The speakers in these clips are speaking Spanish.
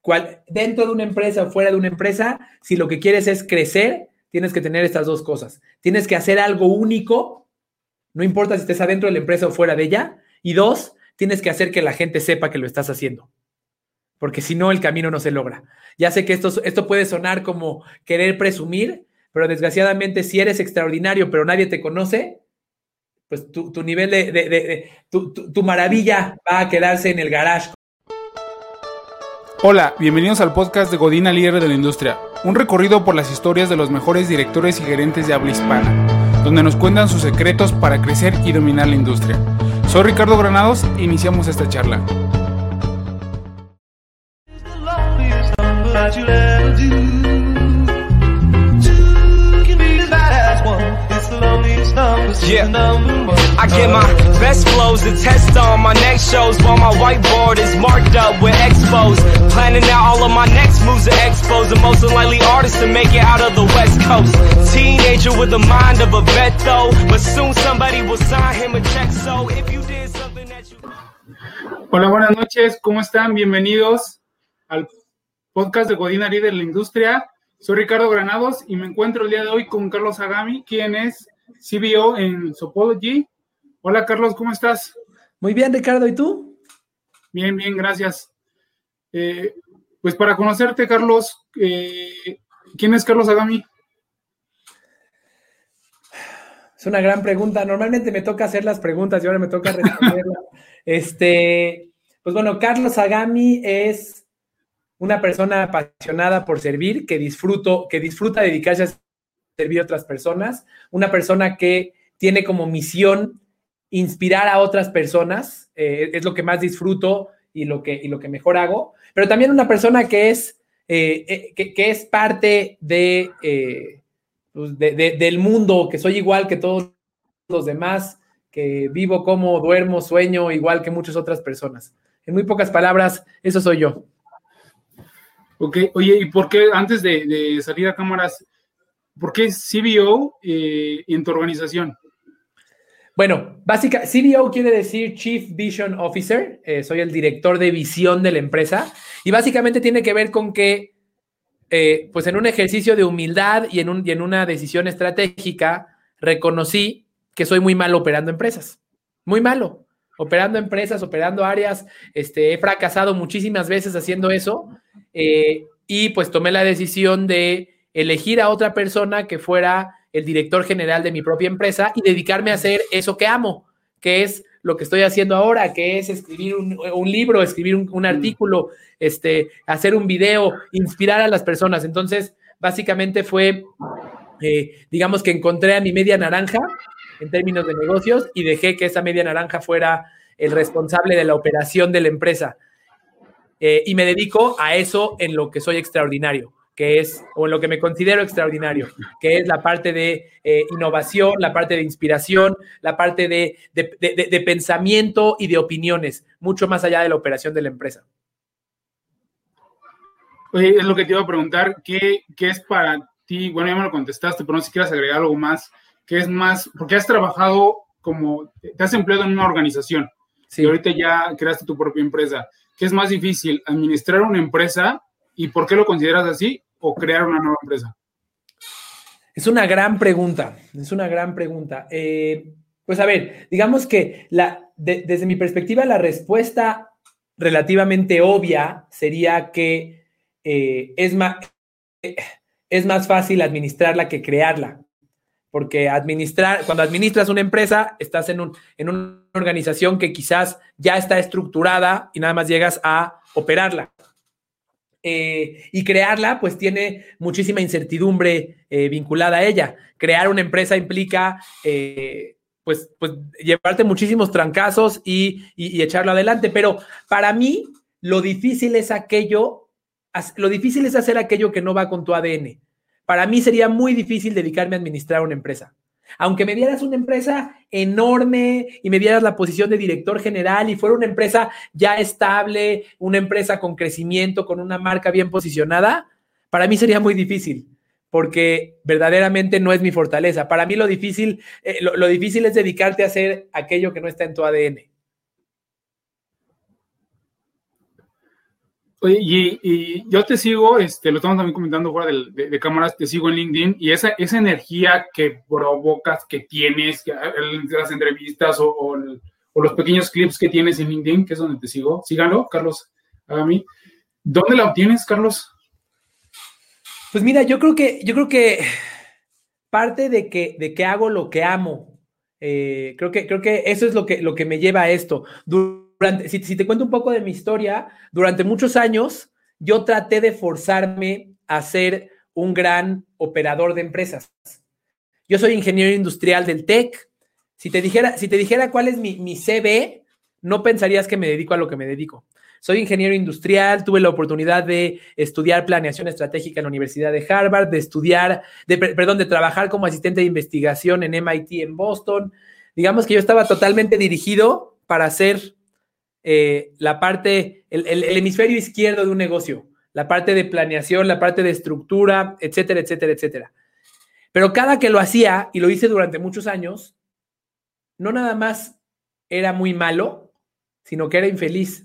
dentro de una empresa o fuera de una empresa, si lo que quieres es crecer, tienes que tener estas dos cosas. Tienes que hacer algo único, no importa si estés adentro de la empresa o fuera de ella. Y dos, tienes que hacer que la gente sepa que lo estás haciendo. Porque si no, el camino no se logra. Ya sé que esto puede sonar como querer presumir, pero desgraciadamente si eres extraordinario, pero nadie te conoce, pues tu nivel tu maravilla va a quedarse en el garage. Hola, bienvenidos al podcast de Godina, líder de la industria. Un recorrido por las historias de los mejores directores y gerentes de habla hispana, donde nos cuentan sus secretos para crecer y dominar la industria. Soy Ricardo Granados e iniciamos esta charla. Yeah, I get my best flows to test on my next shows while my whiteboard is marked up with expos. Planning out all of my next moves to expose the most unlikely artists to make it out of the West Coast. Teenager with the mind of a vet though, but soon somebody will sign him a check. So if you did something that you... Hola, buenas noches, ¿cómo están? Bienvenidos al podcast de Godina, líder de la industria. Soy Ricardo Granados y me encuentro el día de hoy con Carlos Agami, quien es CBO en Sopology. Hola, Carlos, ¿cómo estás? Muy bien, Ricardo, ¿y tú? Bien, gracias. Pues para conocerte, Carlos, ¿quién es Carlos Agami? Es una gran pregunta. Normalmente me toca hacer las preguntas y ahora me toca responderlas. Pues bueno, Carlos Agami es una persona apasionada por servir, que disfruta dedicarse a servir a otras personas, una persona que tiene como misión inspirar a otras personas, es lo que más disfruto y lo que mejor hago, pero también una persona que es parte del mundo, que soy igual que todos los demás, que vivo, como, duermo, sueño, igual que muchas otras personas. En muy pocas palabras, eso soy yo. Ok, oye, ¿y por qué antes de salir a cámaras, por qué CBO en tu organización? Bueno, CBO quiere decir Chief Vision Officer, soy el director de visión de la empresa y básicamente tiene que ver con que pues en un ejercicio de humildad y en una decisión estratégica reconocí que soy muy malo operando empresas, muy malo, operando empresas, operando áreas, he fracasado muchísimas veces haciendo eso y pues tomé la decisión de elegir a otra persona que fuera el director general de mi propia empresa y dedicarme a hacer eso que amo, que es lo que estoy haciendo ahora, que es escribir un libro, escribir un artículo, hacer un video, inspirar a las personas. Entonces, básicamente fue, digamos que encontré a mi media naranja en términos de negocios y dejé que esa media naranja fuera el responsable de la operación de la empresa. Y me dedico a eso en lo que soy extraordinario, o en lo que me considero extraordinario, que es la parte de innovación, la parte de inspiración, la parte de pensamiento y de opiniones, mucho más allá de la operación de la empresa. Oye, es lo que te iba a preguntar, ¿qué es para ti? Bueno, ya me lo contestaste, pero no sé si quieres agregar algo más. ¿Qué es más? Porque has trabajado te has empleado en una organización, sí, y ahorita ya creaste tu propia empresa. ¿Qué es más difícil, administrar una empresa y por qué lo consideras así, o crear una nueva empresa? Es una gran pregunta, pues a ver, digamos que desde mi perspectiva la respuesta relativamente obvia sería que es más fácil administrarla que crearla, porque cuando administras una empresa estás en una organización que quizás ya está estructurada y nada más llegas a operarla. Y crearla, pues tiene muchísima incertidumbre vinculada a ella. Crear una empresa implica, pues llevarte muchísimos trancazos y echarlo adelante. Pero para mí, lo difícil es hacer aquello que no va con tu ADN. Para mí sería muy difícil dedicarme a administrar una empresa. Aunque me dieras una empresa enorme y me dieras la posición de director general y fuera una empresa ya estable, una empresa con crecimiento, con una marca bien posicionada, para mí sería muy difícil, porque verdaderamente no es mi fortaleza. Para mí lo difícil es dedicarte a hacer aquello que no está en tu ADN. Oye, y yo te sigo, lo estamos también comentando fuera de cámaras, te sigo en LinkedIn, y esa energía que provocas, que tienes, las entrevistas o los pequeños clips que tienes en LinkedIn, que es donde te sigo, síganlo, Carlos Agami. ¿Dónde la obtienes, Carlos? Pues mira, yo creo que parte de que hago lo que amo. Creo que eso es lo que me lleva a esto. Si te cuento un poco de mi historia, durante muchos años yo traté de forzarme a ser un gran operador de empresas. Yo soy ingeniero industrial del TEC. Si te dijera cuál es mi CV, no pensarías que me dedico a lo que me dedico. Soy ingeniero industrial, tuve la oportunidad de estudiar planeación estratégica en la Universidad de Harvard, de trabajar como asistente de investigación en MIT en Boston. Digamos que yo estaba totalmente dirigido para hacer la parte, el hemisferio izquierdo de un negocio, la parte de planeación, la parte de estructura, etcétera, etcétera, etcétera. Pero cada que lo hacía, y lo hice durante muchos años, no nada más era muy malo, sino que era infeliz.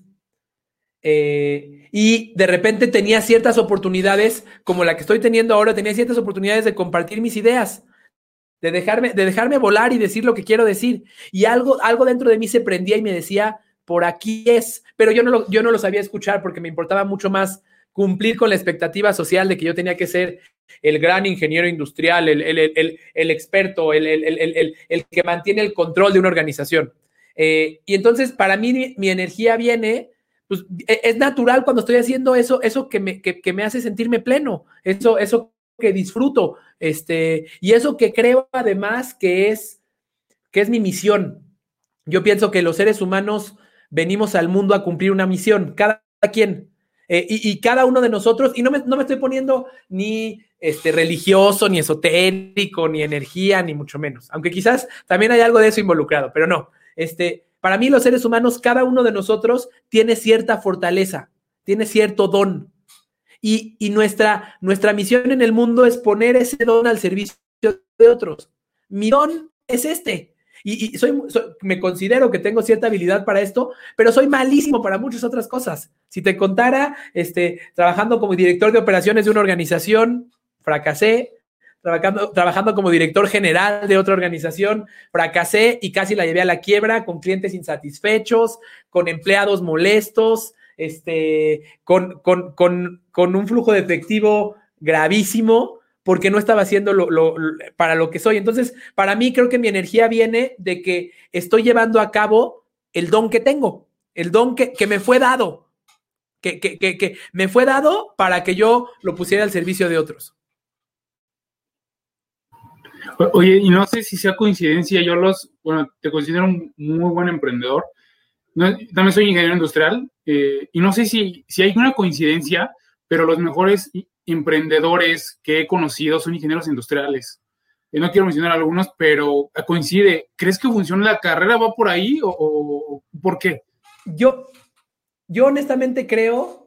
Y de repente tenía ciertas oportunidades, como la que estoy teniendo ahora, tenía ciertas oportunidades de compartir mis ideas, de dejarme volar y decir lo que quiero decir. Y algo dentro de mí se prendía y me decía, por aquí es. Pero yo no lo sabía escuchar porque me importaba mucho más cumplir con la expectativa social de que yo tenía que ser el gran ingeniero industrial, el experto, el que mantiene el control de una organización. Y entonces, para mí, mi energía viene... Pues es natural cuando estoy haciendo eso que me hace sentirme pleno, eso que disfruto, y eso que creo además que es mi misión. Yo pienso que los seres humanos venimos al mundo a cumplir una misión, cada quien, y cada uno de nosotros, y no me estoy poniendo ni religioso, ni esotérico, ni energía, ni mucho menos, aunque quizás también hay algo de eso involucrado, pero no, para mí los seres humanos, cada uno de nosotros tiene cierta fortaleza, tiene cierto don. Y nuestra misión en el mundo es poner ese don al servicio de otros. Mi don es este. Y me considero que tengo cierta habilidad para esto, pero soy malísimo para muchas otras cosas. Si te contara, trabajando como director de operaciones de una organización, fracasé. Trabajando como director general de otra organización, fracasé y casi la llevé a la quiebra, con clientes insatisfechos, con empleados molestos, con un flujo de efectivo gravísimo, porque no estaba haciendo para lo que soy. Entonces, para mí creo que mi energía viene de que estoy llevando a cabo el don que tengo, el don que me fue dado, que me fue dado para que yo lo pusiera al servicio de otros. Oye, y no sé si sea coincidencia, te considero un muy buen emprendedor. También soy ingeniero industrial, y no sé si hay una coincidencia, pero los mejores emprendedores que he conocido son ingenieros industriales. No quiero mencionar algunos, pero coincide. ¿Crees que funciona la carrera? ¿Va por ahí o por qué? Yo honestamente creo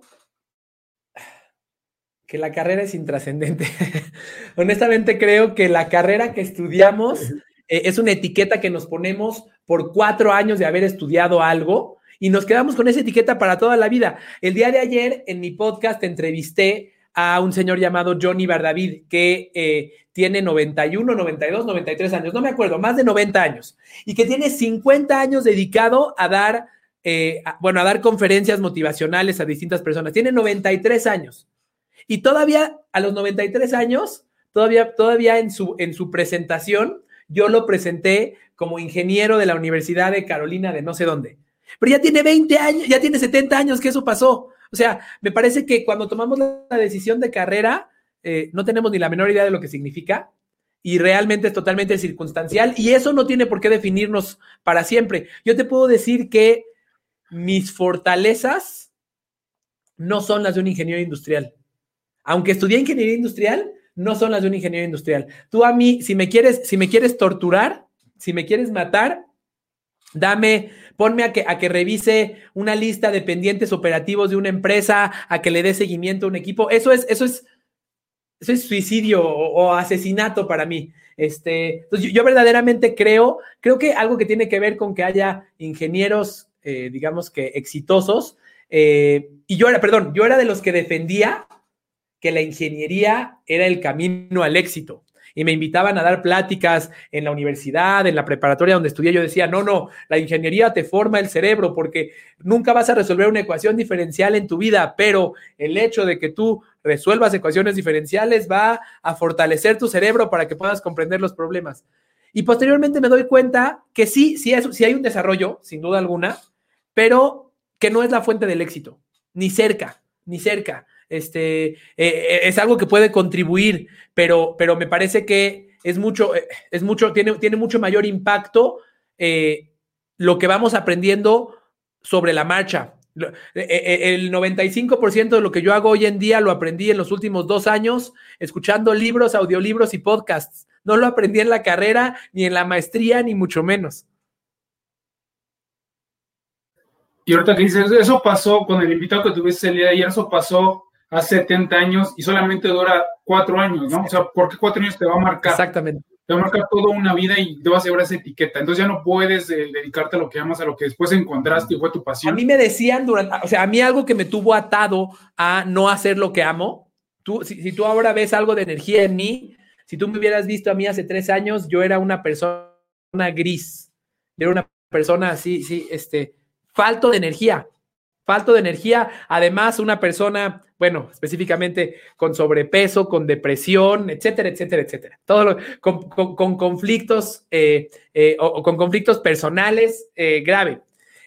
que la carrera es intrascendente. Honestamente creo que la carrera que estudiamos es una etiqueta que nos ponemos por 4 años de haber estudiado algo y nos quedamos con esa etiqueta para toda la vida. El día de ayer en mi podcast entrevisté a un señor llamado Johnny Bardavid que tiene 91, 92, 93 años, no me acuerdo, más de 90 años, y que tiene 50 años dedicado a dar, a dar conferencias motivacionales a distintas personas. Tiene 93 años. Y todavía a los 93 años, todavía en su presentación, yo lo presenté como ingeniero de la Universidad de Carolina de no sé dónde. Pero ya tiene 20 años, ya tiene 70 años que eso pasó. O sea, me parece que cuando tomamos la decisión de carrera, no tenemos ni la menor idea de lo que significa y realmente es totalmente circunstancial y eso no tiene por qué definirnos para siempre. Yo te puedo decir que mis fortalezas no son las de un ingeniero industrial. Aunque estudié ingeniería industrial, no son las de un ingeniero industrial. Tú a mí, si me quieres torturar, si me quieres matar, ponme a que revise una lista de pendientes operativos de una empresa, a que le dé seguimiento a un equipo. Eso es suicidio o asesinato para mí. Entonces yo verdaderamente creo que algo que tiene que ver con que haya ingenieros, digamos que exitosos, Y yo era de los que defendía que la ingeniería era el camino al éxito. Y me invitaban a dar pláticas en la universidad, en la preparatoria donde estudié. Yo decía, no, la ingeniería te forma el cerebro porque nunca vas a resolver una ecuación diferencial en tu vida, pero el hecho de que tú resuelvas ecuaciones diferenciales va a fortalecer tu cerebro para que puedas comprender los problemas. Y posteriormente me doy cuenta que sí hay un desarrollo, sin duda alguna, pero que no es la fuente del éxito, ni cerca. Es algo que puede contribuir, pero me parece que tiene mucho mayor impacto lo que vamos aprendiendo sobre la marcha. El 95% de lo que yo hago hoy en día lo aprendí en los últimos 2 años escuchando libros, audiolibros y podcasts. No lo aprendí en la carrera, ni en la maestría, ni mucho menos. Y ahorita que dices, eso pasó con el invitado que tuviste el día de ayer, eso pasó hace 70 años y solamente dura 4 años, ¿no? O sea, ¿por qué 4 años te va a marcar? Exactamente. Te va a marcar toda una vida y te vas a llevar esa etiqueta. Entonces ya no puedes dedicarte a lo que amas, a lo que después encontraste y fue tu pasión. A mí me decían a mí algo que me tuvo atado a no hacer lo que amo. Si tú ahora ves algo de energía en mí, si tú me hubieras visto a mí hace 3 años, yo era una persona gris. Yo era una persona así, falto de energía. Además, una persona, bueno, específicamente con sobrepeso, con depresión, etcétera. Todo con conflictos o con conflictos personales grave.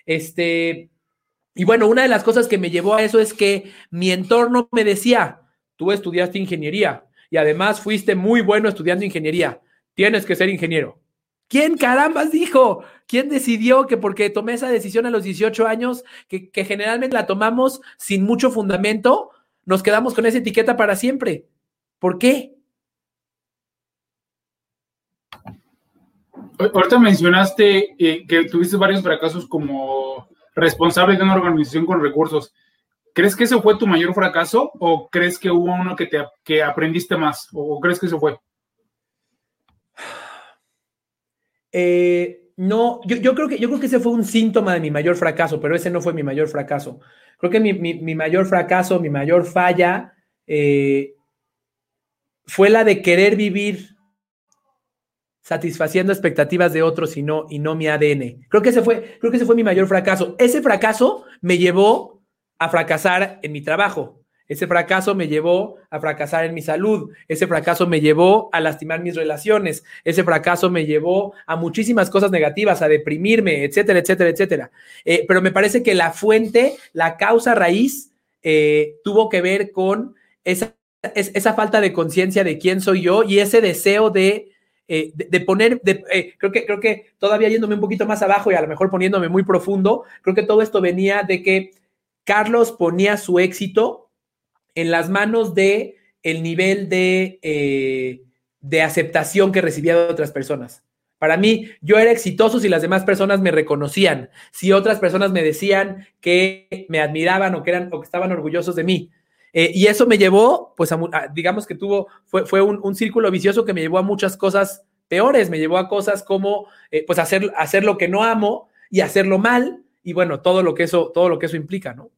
Y bueno, una de las cosas que me llevó a eso es que mi entorno me decía, tú estudiaste ingeniería y además fuiste muy bueno estudiando ingeniería, tienes que ser ingeniero. ¿Quién carambas dijo? ¿Quién decidió que porque tomé esa decisión a los 18 años, que generalmente la tomamos sin mucho fundamento, nos quedamos con esa etiqueta para siempre? ¿Por qué? Ahorita mencionaste que tuviste varios fracasos como responsable de una organización con recursos. ¿Crees que ese fue tu mayor fracaso o crees que hubo uno que aprendiste más? ¿O crees que ese fue? No, yo creo que ese fue un síntoma de mi mayor fracaso, pero ese no fue mi mayor fracaso. Creo que mi mayor fracaso, mi mayor falla fue la de querer vivir satisfaciendo expectativas de otros y no mi ADN. Creo que ese fue mi mayor fracaso. Ese fracaso me llevó a fracasar en mi trabajo. Ese fracaso me llevó a fracasar en mi salud. Ese fracaso me llevó a lastimar mis relaciones. Ese fracaso me llevó a muchísimas cosas negativas, a deprimirme, etcétera. Pero me parece que la fuente, la causa raíz, tuvo que ver con esa falta de conciencia de quién soy yo y ese deseo de poner, creo que todavía yéndome un poquito más abajo y a lo mejor poniéndome muy profundo, creo que todo esto venía de que Carlos ponía su éxito en las manos de el nivel de aceptación que recibía de otras personas. Para mí, yo era exitoso si las demás personas me reconocían, si otras personas me decían que me admiraban o que estaban orgullosos de mí. Y eso me llevó, pues, digamos que fue un círculo vicioso que me llevó a muchas cosas peores, me llevó a cosas como, pues, hacer lo que no amo y hacerlo mal, y bueno, todo lo que eso implica, ¿no?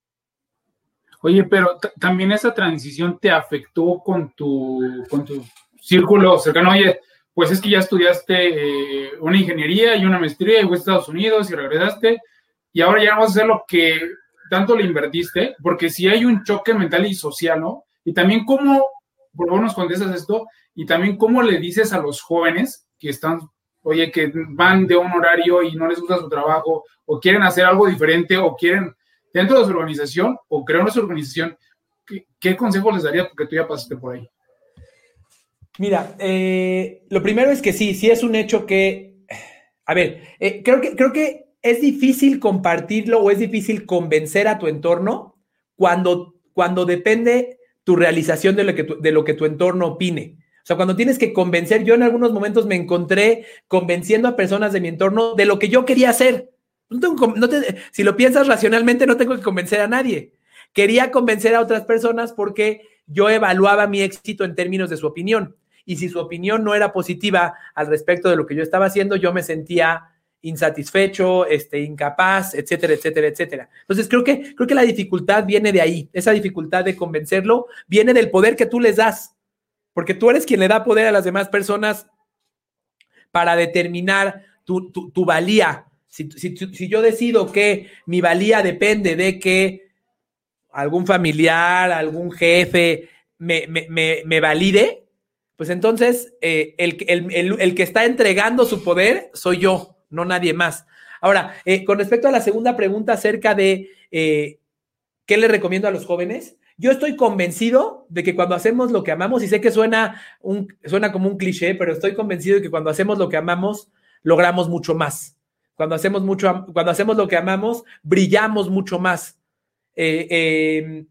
Oye, pero también esa transición te afectó con tu círculo cercano. Oye, pues es que ya estudiaste una ingeniería y una maestría y fuiste a Estados Unidos y regresaste y ahora ya no vas a hacer lo que tanto le invertiste, porque si hay un choque mental y social, ¿no? Y también cómo, por favor nos contestas esto, y también cómo le dices a los jóvenes que están, oye, que van de un horario y no les gusta su trabajo o quieren hacer algo diferente o quieren dentro de su organización o crear una organización, ¿qué consejo les daría? Porque tú ya pasaste por ahí. Mira, lo primero es que sí es un hecho que, a ver, creo que es difícil compartirlo o es difícil convencer a tu entorno cuando depende tu realización de lo que tu entorno opine. O sea, cuando tienes que convencer, yo en algunos momentos me encontré convenciendo a personas de mi entorno de lo que yo quería hacer. Si lo piensas racionalmente, no tengo que convencer a nadie. Quería convencer a otras personas porque yo evaluaba mi éxito en términos de su opinión. Y si su opinión no era positiva al respecto de lo que yo estaba haciendo, yo me sentía insatisfecho, incapaz, etcétera, etcétera, etcétera. Entonces creo que la dificultad viene de ahí. Esa dificultad de convencerlo viene del poder que tú les das, porque tú eres quien le da poder a las demás personas para determinar tu valía. Si yo decido que mi valía depende de que algún familiar, algún jefe me valide, pues entonces el que está entregando su poder soy yo, no nadie más. Ahora, con respecto a la segunda pregunta acerca de qué le recomiendo a los jóvenes, yo estoy convencido de que cuando hacemos lo que amamos, y sé que suena como un cliché, pero estoy convencido de que cuando hacemos lo que amamos, logramos mucho más. Cuando hacemos lo que amamos, brillamos mucho más. Yo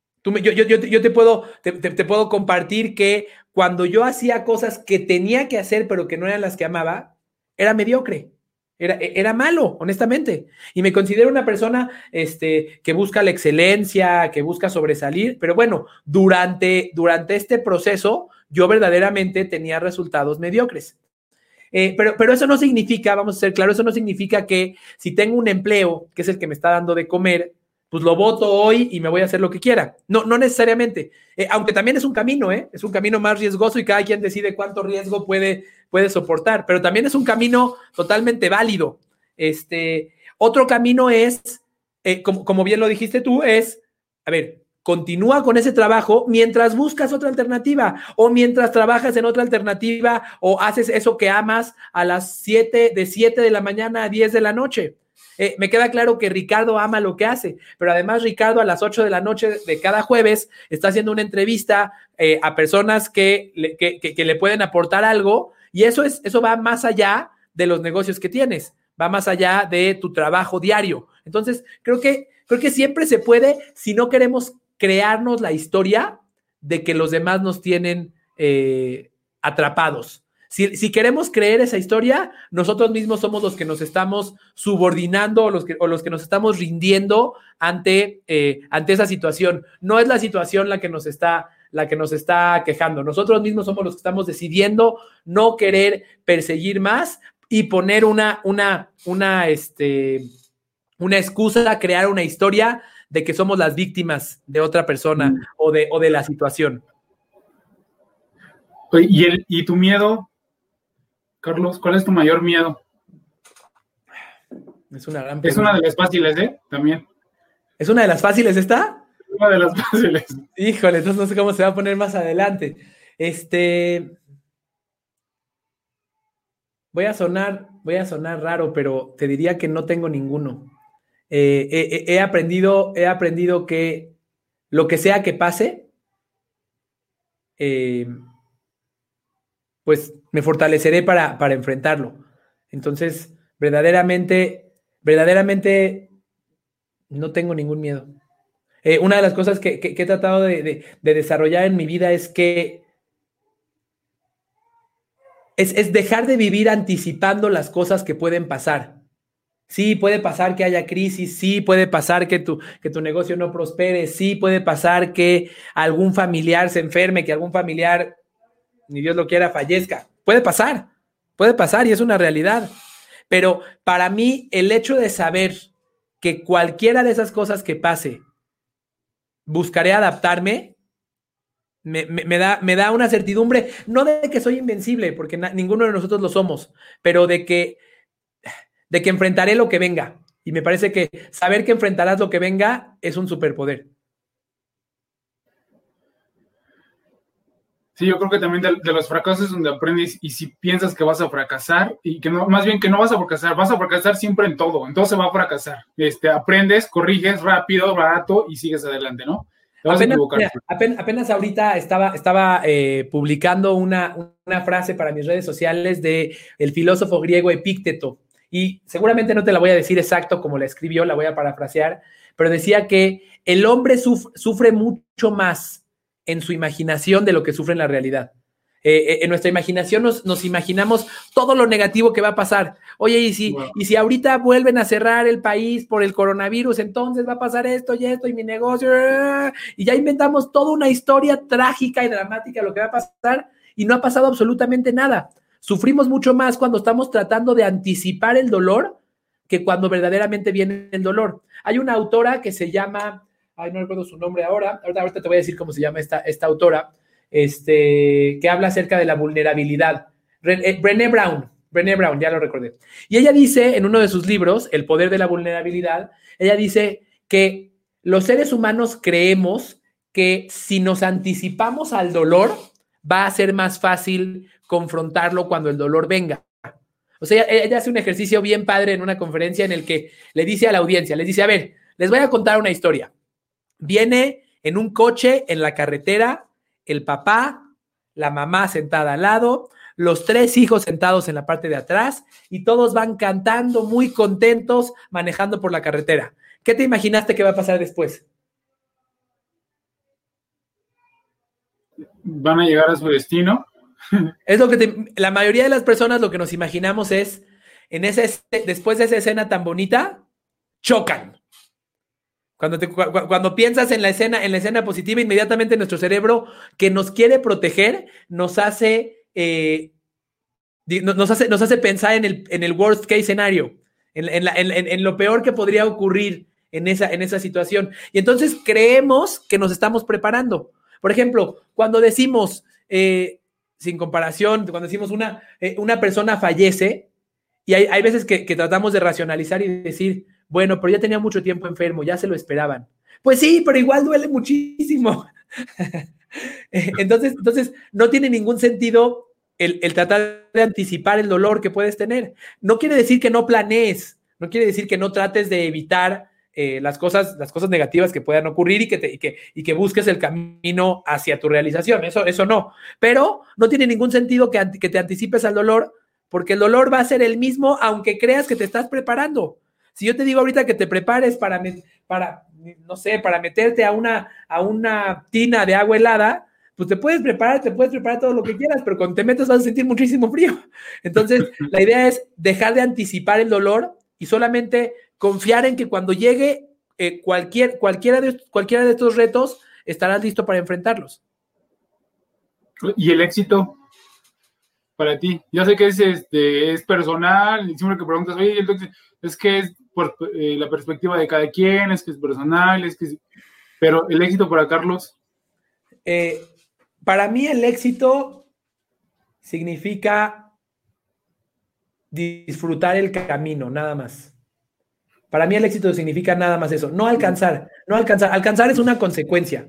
te puedo compartir que cuando yo hacía cosas que tenía que hacer pero que no eran las que amaba, era mediocre, era malo, honestamente, y me considero una persona que busca la excelencia, que busca sobresalir, pero bueno, durante este proceso yo verdaderamente tenía resultados mediocres. Pero eso no significa, vamos a ser claros, eso no significa que si tengo un empleo, que es el que me está dando de comer, pues lo voto hoy y me voy a hacer lo que quiera. No necesariamente. Aunque también es un camino, es un camino más riesgoso y cada quien decide cuánto riesgo puede soportar, pero también es un camino totalmente válido. Otro camino es, como bien lo dijiste tú, es, a ver, continúa con ese trabajo mientras buscas otra alternativa o mientras trabajas en otra alternativa o haces eso que amas a las 7 de la mañana a 10 de la noche. Me queda claro que Ricardo ama lo que hace, pero además Ricardo a las 8 de la noche de cada jueves está haciendo una entrevista a personas que le pueden aportar algo y eso va más allá de los negocios que tienes, va más allá de tu trabajo diario. Entonces, creo que siempre se puede si no queremos crearnos la historia de que los demás nos tienen atrapados. Si queremos creer esa historia, nosotros mismos somos los que nos estamos subordinando o los que nos estamos rindiendo ante esa situación. No es la situación la que nos está quejando. Nosotros mismos somos los que estamos decidiendo no querer perseguir más y poner una excusa, crear una historia de que somos las víctimas de otra persona o de la situación. ¿Y tu miedo, Carlos? ¿Cuál es tu mayor miedo? Es una gran pregunta. Es una de las fáciles, también. ¿Es una de las fáciles esta? Una de las fáciles. Híjole, entonces no sé cómo se va a poner más adelante. Voy a sonar raro, pero te diría que no tengo ninguno. He aprendido que lo que sea que pase, pues me fortaleceré para enfrentarlo. Entonces, verdaderamente no tengo ningún miedo. Una de las cosas que he tratado de desarrollar en mi vida es que es dejar de vivir anticipando las cosas que pueden pasar. Sí, puede pasar que haya crisis, sí, puede pasar que tu negocio no prospere, sí, puede pasar que algún familiar se enferme, que algún familiar, ni Dios lo quiera, fallezca. Puede pasar y es una realidad. Pero para mí, el hecho de saber que cualquiera de esas cosas que pase, buscaré adaptarme, me da una certidumbre, no de que soy invencible, porque ninguno de nosotros lo somos, pero de que enfrentaré lo que venga. Y me parece que saber que enfrentarás lo que venga es un superpoder. Sí, yo creo que también de los fracasos es donde aprendes, y si piensas que vas a fracasar, y que no, más bien que no vas a fracasar siempre en todo, entonces va a fracasar. Aprendes, corriges rápido, barato y sigues adelante, ¿no? Apenas ahorita estaba publicando una frase para mis redes sociales de el filósofo griego Epícteto. Y seguramente no te la voy a decir exacto como la escribió, la voy a parafrasear, pero decía que el hombre sufre mucho más en su imaginación de lo que sufre en la realidad. En nuestra imaginación nos imaginamos todo lo negativo que va a pasar. Oye, y si ahorita vuelven a cerrar el país por el coronavirus, entonces va a pasar esto y esto y mi negocio, y ya inventamos toda una historia trágica y dramática de lo que va a pasar y no ha pasado absolutamente nada. Sufrimos mucho más cuando estamos tratando de anticipar el dolor que cuando verdaderamente viene el dolor. Hay una autora que se llama, no recuerdo su nombre ahorita te voy a decir cómo se llama esta autora, que habla acerca de la vulnerabilidad. Brené Brown, ya lo recordé. Y ella dice en uno de sus libros, El poder de la vulnerabilidad, ella dice que los seres humanos creemos que si nos anticipamos al dolor, va a ser más fácil confrontarlo cuando el dolor venga. O sea, ella hace un ejercicio bien padre en una conferencia en el que le dice a la audiencia, les dice, a ver, les voy a contar una historia. Viene en un coche en la carretera el papá, la mamá sentada al lado, los 3 hijos sentados en la parte de atrás y todos van cantando muy contentos manejando por la carretera. ¿Qué te imaginaste que va a pasar después? Van a llegar a su destino. Es lo que la mayoría de las personas lo que nos imaginamos es, después de esa escena tan bonita, chocan. Cuando piensas en la escena positiva, inmediatamente nuestro cerebro, que nos quiere proteger, nos hace pensar en el worst case scenario, en lo peor que podría ocurrir en esa situación. Y entonces creemos que nos estamos preparando. Por ejemplo, cuando decimos, sin comparación, cuando decimos una persona fallece, y hay veces que tratamos de racionalizar y decir, bueno, pero ya tenía mucho tiempo enfermo, ya se lo esperaban. Pues sí, pero igual duele muchísimo. Entonces, no tiene ningún sentido el tratar de anticipar el dolor que puedes tener. No quiere decir que no planees, no quiere decir que no trates de evitar las cosas negativas que puedan ocurrir y que busques el camino hacia tu realización. Eso no. Pero no tiene ningún sentido que te anticipes al dolor, porque el dolor va a ser el mismo aunque creas que te estás preparando. Si yo te digo ahorita que te prepares para meterte a una tina de agua helada, pues te puedes preparar todo lo que quieras, pero cuando te metes vas a sentir muchísimo frío. Entonces, la idea es dejar de anticipar el dolor y solamente confiar en que cuando llegue cualquiera de estos retos, estarás listo para enfrentarlos. ¿Y el éxito para ti? Ya sé que es personal, y siempre que preguntas, oye, entonces, es que es por la perspectiva de cada quien, es que es personal, pero el éxito para Carlos. Para mí el éxito significa disfrutar el camino, nada más. Para mí el éxito significa nada más eso, no alcanzar. Alcanzar es una consecuencia.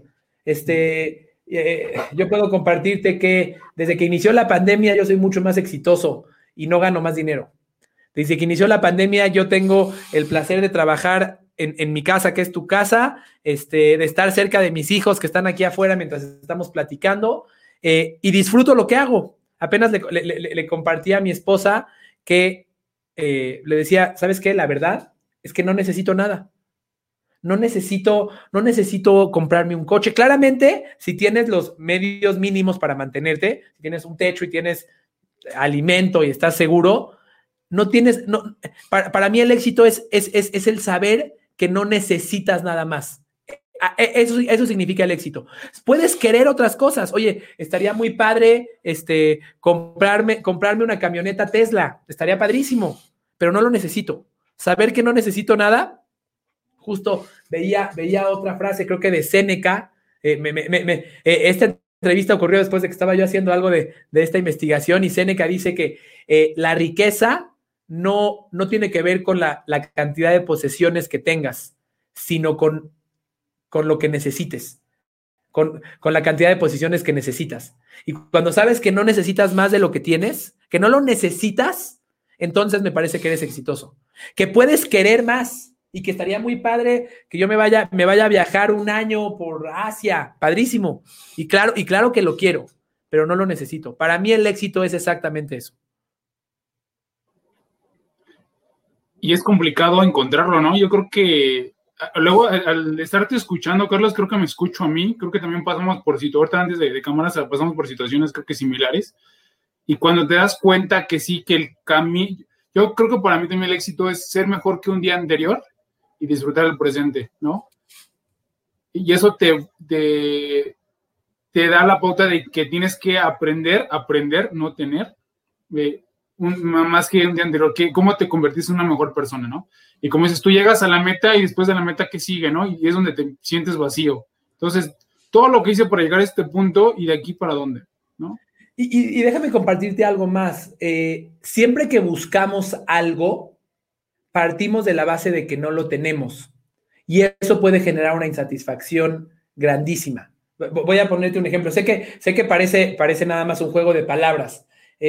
Yo puedo compartirte que desde que inició la pandemia yo soy mucho más exitoso y no gano más dinero. Desde que inició la pandemia yo tengo el placer de trabajar en mi casa, que es tu casa, de estar cerca de mis hijos que están aquí afuera mientras estamos platicando, y disfruto lo que hago. Apenas le compartí a mi esposa que le decía, ¿sabes qué? La verdad es que no necesito nada. No necesito comprarme un coche. Claramente, si tienes los medios mínimos para mantenerte, si tienes un techo y tienes alimento y estás seguro, para mí el éxito es el saber que no necesitas nada más. Eso significa el éxito. Puedes querer otras cosas. Oye, estaría muy padre comprarme una camioneta Tesla. Estaría padrísimo, pero no lo necesito. Saber que no necesito nada. Justo veía otra frase, creo que de Séneca. Esta entrevista ocurrió después de que estaba yo haciendo algo de esta investigación, y Séneca dice que la riqueza no tiene que ver con la cantidad de posesiones que tengas, sino con lo que necesites, con la cantidad de posesiones que necesitas. Y cuando sabes que no necesitas más de lo que tienes, que no lo necesitas, entonces me parece que eres exitoso. Que puedes querer más y que estaría muy padre que yo me vaya a viajar un año por Asia, padrísimo. Y claro que lo quiero, pero no lo necesito. Para mí el éxito es exactamente eso. Y es complicado encontrarlo, ¿no? Yo creo que luego, al estarte escuchando, Carlos, creo que me escucho a mí, creo que también pasamos por ahorita antes de cámaras, pasamos por situaciones creo que similares, y cuando te das cuenta que sí, que el camino, yo creo que para mí también el éxito es ser mejor que un día anterior y disfrutar el presente, ¿no? Y eso te da la pauta de que tienes que aprender, no tener, más que un día anterior, cómo te convertiste en una mejor persona, ¿no? Y como dices, tú llegas a la meta y después de la meta, ¿qué sigue, no? Y es donde te sientes vacío. Entonces, todo lo que hice para llegar a este punto y de aquí para dónde, ¿no? Y déjame compartirte algo más. Siempre que buscamos algo, partimos de la base de que no lo tenemos. Y eso puede generar una insatisfacción grandísima. Voy a ponerte un ejemplo. Sé que parece nada más un juego de palabras.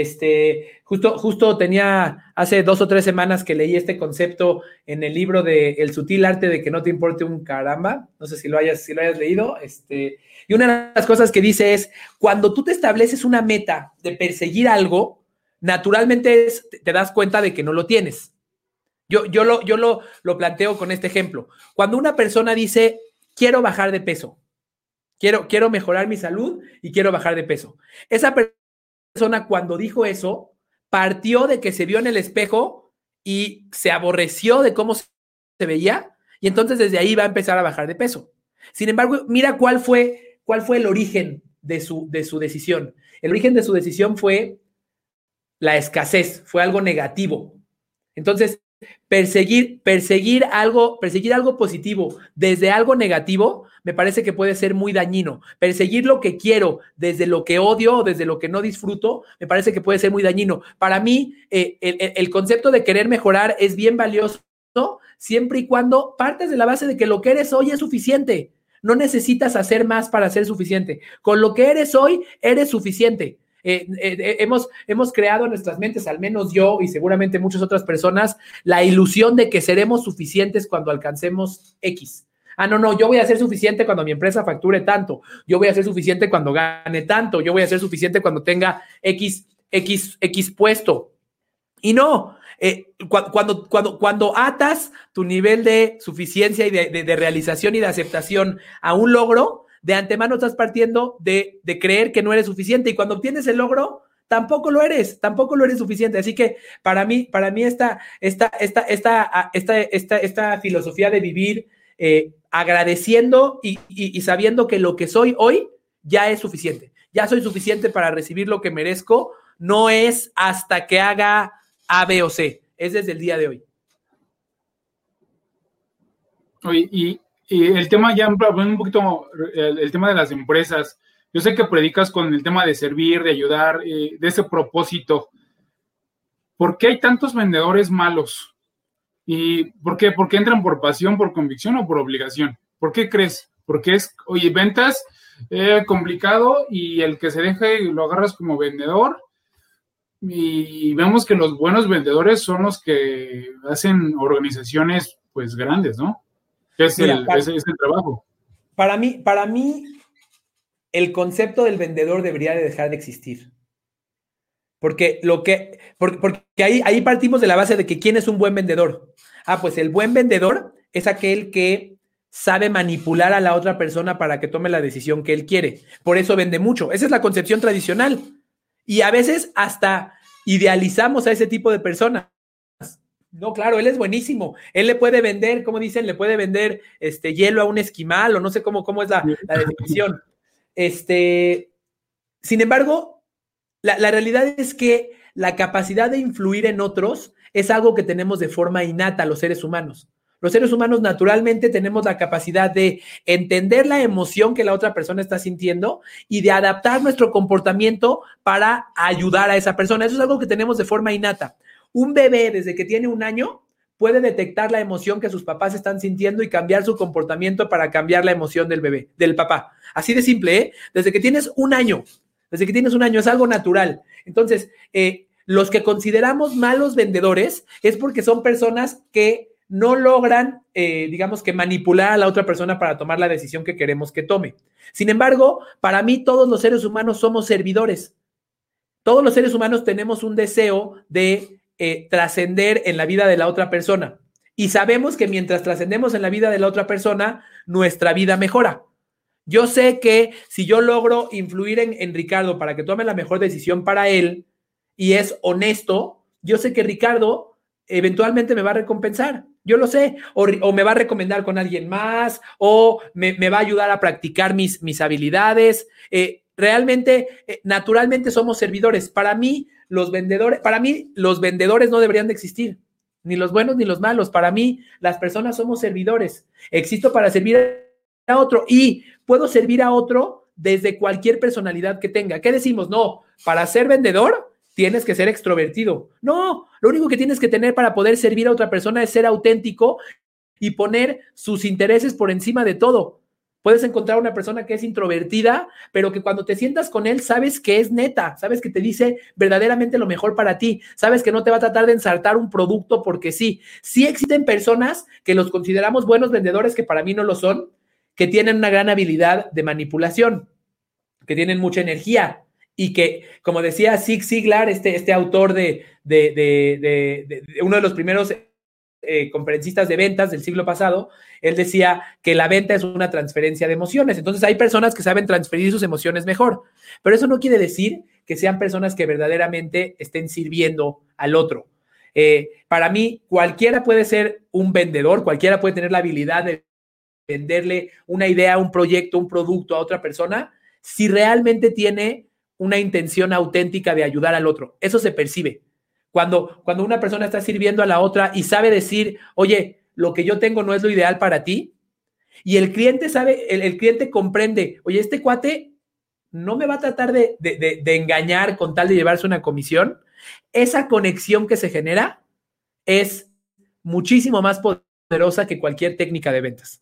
Justo tenía hace 2 o 3 semanas que leí este concepto en el libro de El sutil arte de que no te importe un caramba. No sé si lo hayas leído. Y una de las cosas que dice es, cuando tú te estableces una meta de perseguir algo, naturalmente te das cuenta de que no lo tienes. Yo lo planteo con este ejemplo. Cuando una persona dice, quiero bajar de peso, quiero mejorar mi salud y quiero bajar de peso. Esa persona, cuando dijo eso, partió de que se vio en el espejo y se aborreció de cómo se veía, y entonces desde ahí va a empezar a bajar de peso. Sin embargo, mira cuál fue el origen de su decisión. El origen de su decisión fue la escasez, fue algo negativo. Entonces, perseguir algo positivo desde algo negativo me parece que puede ser muy dañino. Perseguir lo que quiero desde lo que odio o desde lo que no disfruto me parece que puede ser muy dañino. Para mí, el concepto de querer mejorar es bien valioso, ¿no? Siempre y cuando partes de la base de que lo que eres hoy es suficiente. No necesitas hacer más para ser suficiente. Con lo que eres hoy, eres suficiente. Hemos creado en nuestras mentes, al menos yo y seguramente muchas otras personas, la ilusión de que seremos suficientes cuando alcancemos X. No, yo voy a ser suficiente cuando mi empresa facture tanto, yo voy a ser suficiente cuando gane tanto, yo voy a ser suficiente cuando tenga X puesto. Y no, cuando atas tu nivel de suficiencia y de realización y de aceptación a un logro, de antemano estás partiendo de creer que no eres suficiente, y cuando obtienes el logro, tampoco lo eres suficiente. Así que para mí esta filosofía de vivir agradeciendo y sabiendo que lo que soy hoy ya es suficiente. Ya soy suficiente para recibir lo que merezco, no es hasta que haga A, B o C, es desde el día de hoy. Oye, y el tema ya un poquito, el tema de las empresas, yo sé que predicas con el tema de servir, de ayudar, de ese propósito. ¿Por qué hay tantos vendedores malos? ¿Y por qué? ¿Por qué entran por pasión, por convicción o por obligación? ¿Por qué crees? Porque ventas complicado, y el que se deja y lo agarras como vendedor, y vemos que los buenos vendedores son los que hacen organizaciones pues grandes, ¿no? Es el trabajo. Para mí, el concepto del vendedor debería de dejar de existir. Porque ahí partimos de la base de que ¿quién es un buen vendedor? Pues el buen vendedor es aquel que sabe manipular a la otra persona para que tome la decisión que él quiere. Por eso vende mucho. Esa es la concepción tradicional. Y a veces hasta idealizamos a ese tipo de personas. No, claro, él es buenísimo. Él le puede vender, como dicen, le puede vender hielo a un esquimal, o no sé cómo es la definición. Sin embargo, la realidad es que la capacidad de influir en otros es algo que tenemos de forma innata los seres humanos. Los seres humanos naturalmente tenemos la capacidad de entender la emoción que la otra persona está sintiendo y de adaptar nuestro comportamiento para ayudar a esa persona. Eso es algo que tenemos de forma innata. Un bebé, desde que tiene 1 año, puede detectar la emoción que sus papás están sintiendo y cambiar su comportamiento para cambiar la emoción del bebé, del papá. Así de simple, ¿eh? Desde que tienes 1 año, es algo natural. Entonces, los que consideramos malos vendedores es porque son personas que no logran, digamos que manipular a la otra persona para tomar la decisión que queremos que tome. Sin embargo, para mí todos los seres humanos somos servidores. Todos los seres humanos tenemos un deseo de trascender en la vida de la otra persona. Y sabemos que mientras trascendemos en la vida de la otra persona, nuestra vida mejora. Yo sé que si yo logro influir en Ricardo para que tome la mejor decisión para él y es honesto, yo sé que Ricardo eventualmente me va a recompensar. Yo lo sé. O me va a recomendar con alguien más, o me va a ayudar a practicar mis habilidades. realmente, naturalmente somos servidores. Para mí, los vendedores no deberían de existir, ni los buenos ni los malos. Para mí, las personas somos servidores. Existo para servir a otro y puedo servir a otro desde cualquier personalidad que tenga. ¿Qué decimos? No, para ser vendedor tienes que ser extrovertido. No, lo único que tienes que tener para poder servir a otra persona es ser auténtico y poner sus intereses por encima de todo. Puedes encontrar una persona que es introvertida, pero que cuando te sientas con él sabes que es neta, sabes que te dice verdaderamente lo mejor para ti, sabes que no te va a tratar de ensartar un producto porque sí. Sí existen personas que los consideramos buenos vendedores, que para mí no lo son, que tienen una gran habilidad de manipulación, que tienen mucha energía y que, como decía Zig Ziglar, este autor de uno de los primeros conferencistas de ventas del siglo pasado, él decía que la venta es una transferencia de emociones. Entonces hay personas que saben transferir sus emociones mejor, pero eso no quiere decir que sean personas que verdaderamente estén sirviendo al otro. Para mí, cualquiera puede ser un vendedor, cualquiera puede tener la habilidad de venderle una idea, un proyecto, un producto a otra persona, si realmente tiene una intención auténtica de ayudar al otro. Eso se percibe. Cuando una persona está sirviendo a la otra y sabe decir, oye, lo que yo tengo no es lo ideal para ti, y el cliente sabe, el cliente comprende, oye, este cuate no me va a tratar de engañar con tal de llevarse una comisión, esa conexión que se genera es muchísimo más poderosa que cualquier técnica de ventas.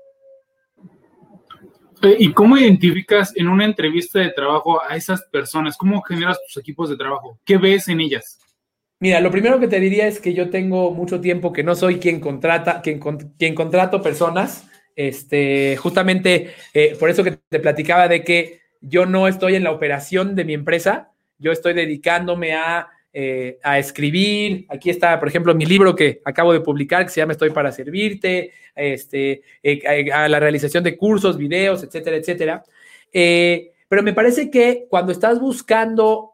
¿Y cómo identificas en una entrevista de trabajo a esas personas? ¿Cómo generas tus equipos de trabajo? ¿Qué ves en ellas? Mira, lo primero que te diría es que yo tengo mucho tiempo que no soy quien contrato personas. Justamente por eso que te platicaba de que yo no estoy en la operación de mi empresa. Yo estoy dedicándome a escribir. Aquí está, por ejemplo, mi libro que acabo de publicar, que se llama Estoy para servirte, a la realización de cursos, videos, etcétera, etcétera. Pero me parece que cuando estás buscando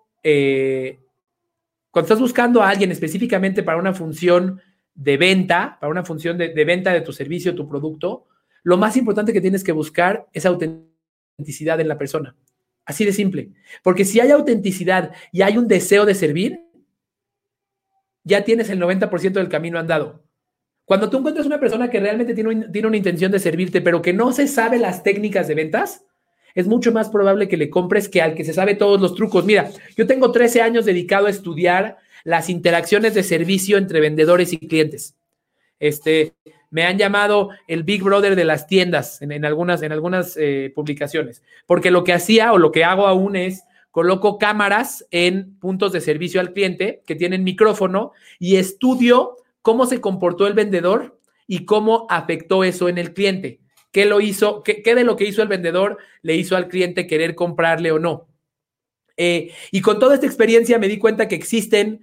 a alguien específicamente para una función de venta, para una función de venta de tu servicio, tu producto, lo más importante que tienes que buscar es autenticidad en la persona. Así de simple. Porque si hay autenticidad y hay un deseo de servir, ya tienes el 90% del camino andado. Cuando tú encuentras una persona que realmente tiene una intención de servirte, pero que no se sabe las técnicas de ventas, es mucho más probable que le compres que al que se sabe todos los trucos. Mira, yo tengo 13 años dedicado a estudiar las interacciones de servicio entre vendedores y clientes. Me han llamado el Big Brother de las tiendas en algunas publicaciones, porque lo que hacía o lo que hago aún es coloco cámaras en puntos de servicio al cliente que tienen micrófono y estudio cómo se comportó el vendedor y cómo afectó eso en el cliente. ¿Qué lo hizo? ¿Qué de lo que hizo el vendedor le hizo al cliente querer comprarle o no? Y con toda esta experiencia me di cuenta que existen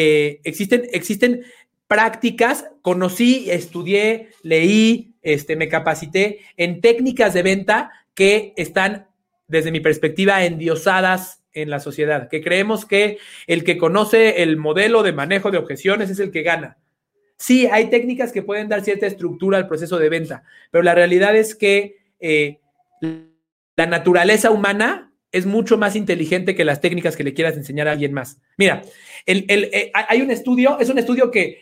prácticas, conocí, estudié, leí, me capacité en técnicas de venta que están, desde mi perspectiva, endiosadas en la sociedad, que creemos que el que conoce el modelo de manejo de objeciones es el que gana. Sí, hay técnicas que pueden dar cierta estructura al proceso de venta, pero la realidad es que la naturaleza humana es mucho más inteligente que las técnicas que le quieras enseñar a alguien más. Mira, hay un estudio, es un estudio que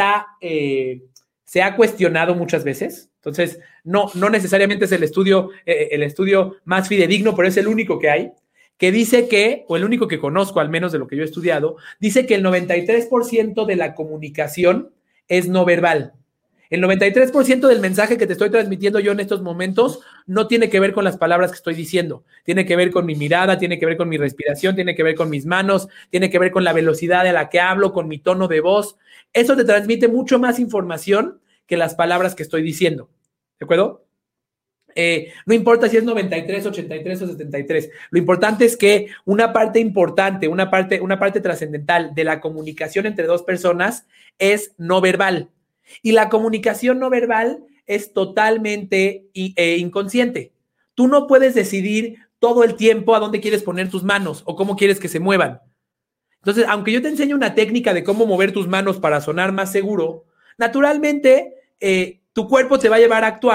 se ha cuestionado muchas veces, entonces no necesariamente es el estudio más fidedigno, pero es el único que hay, que dice que, o el único que conozco, al menos de lo que yo he estudiado, dice que el 93% de la comunicación es no verbal. El 93% del mensaje que te estoy transmitiendo yo en estos momentos no tiene que ver con las palabras que estoy diciendo. Tiene que ver con mi mirada, tiene que ver con mi respiración, tiene que ver con mis manos, tiene que ver con la velocidad a la que hablo, con mi tono de voz. Eso te transmite mucho más información que las palabras que estoy diciendo. ¿De acuerdo? No importa si es 93, 83 o 73. Lo importante es que una parte importante, una parte trascendental de la comunicación entre dos personas es no verbal. Y la comunicación no verbal es totalmente inconsciente. Tú no puedes decidir todo el tiempo a dónde quieres poner tus manos o cómo quieres que se muevan. Entonces, aunque yo te enseñe una técnica de cómo mover tus manos para sonar más seguro, naturalmente tu cuerpo te va a llevar a actuar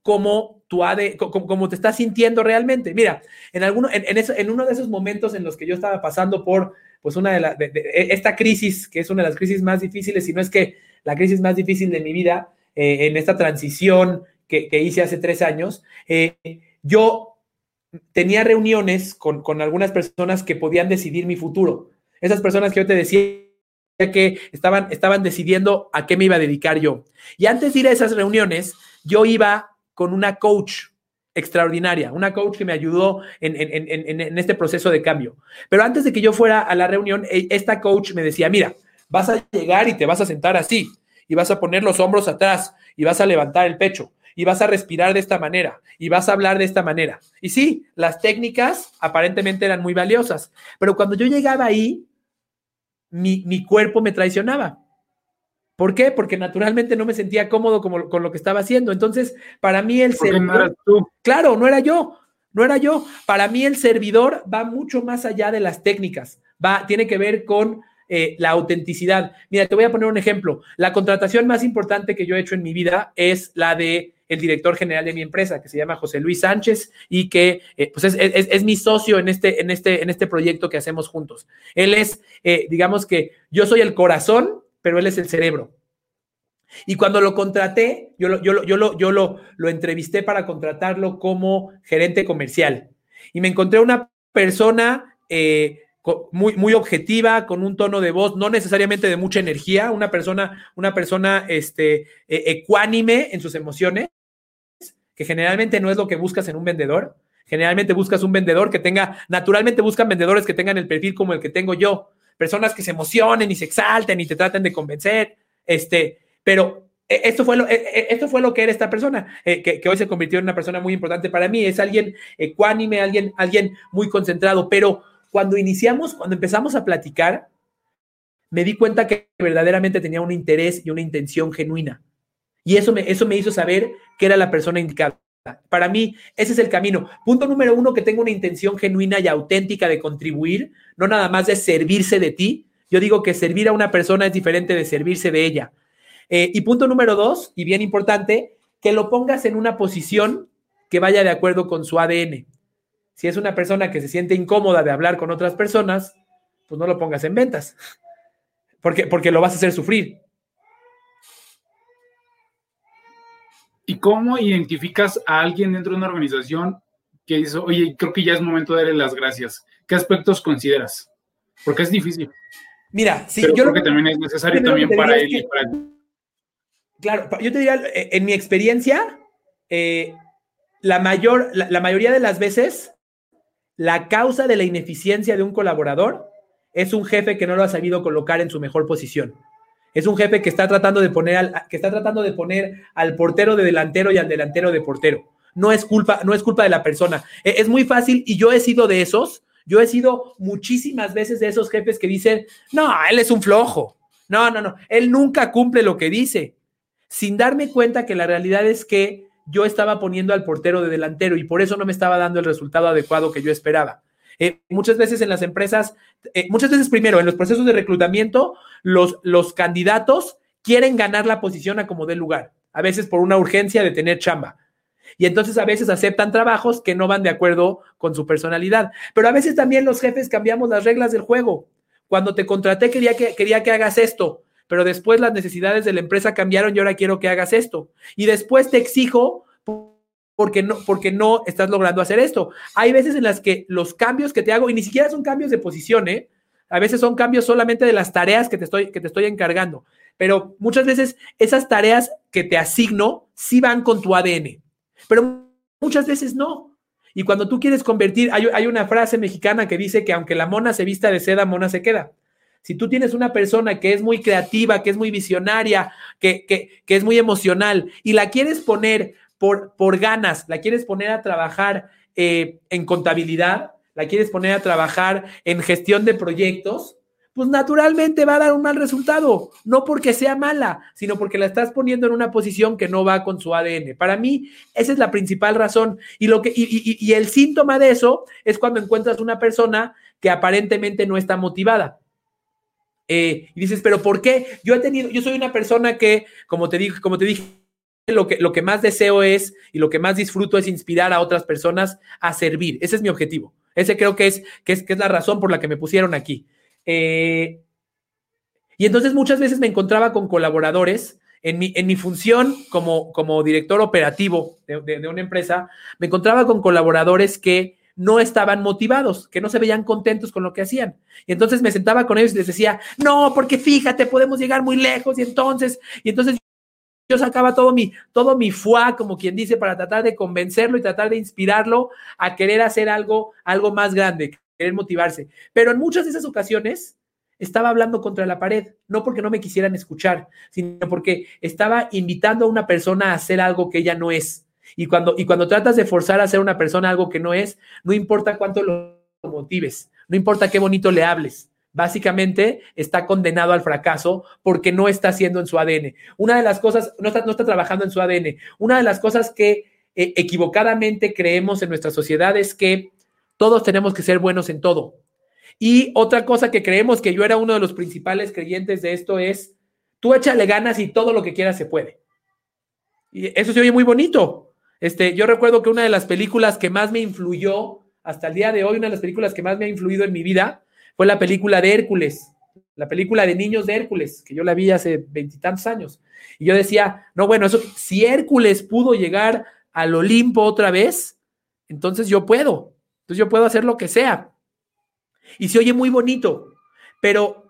cómo te estás sintiendo realmente. Mira, en uno de esos momentos en los que yo estaba pasando por pues esta crisis, que es una de las crisis más difíciles, si no es que la crisis más difícil de mi vida, en esta transición que hice hace 3 años, yo tenía reuniones con algunas personas que podían decidir mi futuro. Esas personas que yo te decía que estaban decidiendo a qué me iba a dedicar yo. Y antes de ir a esas reuniones, yo iba con una coach extraordinaria, una coach que me ayudó en este proceso de cambio. Pero antes de que yo fuera a la reunión, esta coach me decía, mira, vas a llegar y te vas a sentar así, y vas a poner los hombros atrás, y vas a levantar el pecho, y vas a respirar de esta manera, y vas a hablar de esta manera. Y sí, las técnicas aparentemente eran muy valiosas, pero cuando yo llegaba ahí, mi cuerpo me traicionaba. ¿Por qué? Porque naturalmente no me sentía cómodo con lo que estaba haciendo. Entonces, para mí el servidor... ¿No eras tú? Claro, no era yo. Para mí el servidor va mucho más allá de las técnicas. Tiene que ver con la autenticidad. Mira, te voy a poner un ejemplo. La contratación más importante que yo he hecho en mi vida es la de el director general de mi empresa, que se llama José Luis Sánchez, y que pues es mi socio en este proyecto que hacemos juntos. Él es, digamos que yo soy el corazón, pero él es el cerebro. Y cuando lo contraté, yo lo entrevisté para contratarlo como gerente comercial. Y me encontré una persona muy, muy objetiva, con un tono de voz no necesariamente de mucha energía, una persona ecuánime en sus emociones, que generalmente no es lo que buscas en un vendedor. Generalmente buscas un vendedor naturalmente buscan vendedores que tengan el perfil como el que tengo yo. Personas que se emocionen y se exalten y te traten de convencer, pero esto fue lo que era esta persona, que hoy se convirtió en una persona muy importante para mí. Es alguien ecuánime, alguien muy concentrado, pero cuando empezamos a platicar, me di cuenta que verdaderamente tenía un interés y una intención genuina. Y eso me hizo saber que era la persona indicada. Para mí, ese es el camino. Punto número 1, que tenga una intención genuina y auténtica de contribuir, no nada más de servirse de ti. Yo digo que servir a una persona es diferente de servirse de ella. Y punto número 2, y bien importante, que lo pongas en una posición que vaya de acuerdo con su ADN. Si es una persona que se siente incómoda de hablar con otras personas, pues no lo pongas en ventas, porque lo vas a hacer sufrir. ¿Y cómo identificas a alguien dentro de una organización que dice, oye, creo que ya es momento de darle las gracias? ¿Qué aspectos consideras? Porque es difícil. Mira, sí, pero yo creo que también es necesario también para él y para él. Claro, yo te diría, en mi experiencia, la mayoría de las veces, la causa de la ineficiencia de un colaborador es un jefe que no lo ha sabido colocar en su mejor posición. Es un jefe que está tratando de poner al portero de delantero y al delantero de portero. No es culpa de la persona. Es muy fácil, y yo he sido de esos. Yo he sido muchísimas veces de esos jefes que dicen, no, él es un flojo. No, él nunca cumple lo que dice. Sin darme cuenta que la realidad es que yo estaba poniendo al portero de delantero y por eso no me estaba dando el resultado adecuado que yo esperaba. Muchas veces en las empresas, primero en los procesos de reclutamiento, los candidatos quieren ganar la posición a como dé lugar, a veces por una urgencia de tener chamba. Y entonces a veces aceptan trabajos que no van de acuerdo con su personalidad. Pero a veces también los jefes cambiamos las reglas del juego. Cuando te contraté quería que hagas esto, pero después las necesidades de la empresa cambiaron y ahora quiero que hagas esto. Y después te exijo porque no estás logrando hacer esto. Hay veces en las que los cambios que te hago, y ni siquiera son cambios de posición, a veces son cambios solamente de las tareas que te estoy encargando. Pero muchas veces esas tareas que te asigno sí van con tu ADN, pero muchas veces no. Y cuando tú quieres convertir, hay una frase mexicana que dice que aunque la mona se vista de seda, mona se queda. Si tú tienes una persona que es muy creativa, que es muy visionaria, que es muy emocional y la quieres poner por ganas, la quieres poner a trabajar en contabilidad, la quieres poner a trabajar en gestión de proyectos, pues naturalmente va a dar un mal resultado, no porque sea mala, sino porque la estás poniendo en una posición que no va con su ADN. Para mí, esa es la principal razón. Y el síntoma de eso es cuando encuentras una persona que aparentemente no está motivada. Y dices, ¿pero por qué? Yo soy una persona que, como te dije lo que más deseo es y lo que más disfruto es inspirar a otras personas a servir. Ese es mi objetivo. Ese creo que es la razón por la que me pusieron aquí. Y entonces muchas veces me encontraba con colaboradores en mi función como director operativo de una empresa. Me encontraba con colaboradores que no estaban motivados, que no se veían contentos con lo que hacían. Y entonces me sentaba con ellos y les decía, no, porque fíjate, podemos llegar muy lejos. Y entonces yo sacaba todo mi foie, como quien dice, para tratar de convencerlo y tratar de inspirarlo a querer hacer algo más grande, querer motivarse. Pero en muchas de esas ocasiones estaba hablando contra la pared, no porque no me quisieran escuchar, sino porque estaba invitando a una persona a hacer algo que ella no es. Y cuando tratas de forzar a hacer a una persona algo que no es, no importa cuánto lo motives, no importa qué bonito le hables, básicamente está condenado al fracaso porque no está haciendo en su ADN. Una de las cosas, no está trabajando en su ADN. Una de las cosas que equivocadamente creemos en nuestra sociedad es que todos tenemos que ser buenos en todo. Y otra cosa que creemos, que yo era uno de los principales creyentes de esto, es tú échale ganas y todo lo que quieras se puede. Y eso se oye muy bonito. Yo recuerdo que una de las películas que más me influyó hasta el día de hoy, una de las películas que más me ha influido en mi vida, fue la película de Hércules, la película de niños de Hércules, que yo la vi hace 20 y tantos años. Y yo decía, no, bueno, eso, si Hércules pudo llegar al Olimpo otra vez, entonces yo puedo. Entonces yo puedo hacer lo que sea. Y se oye muy bonito, pero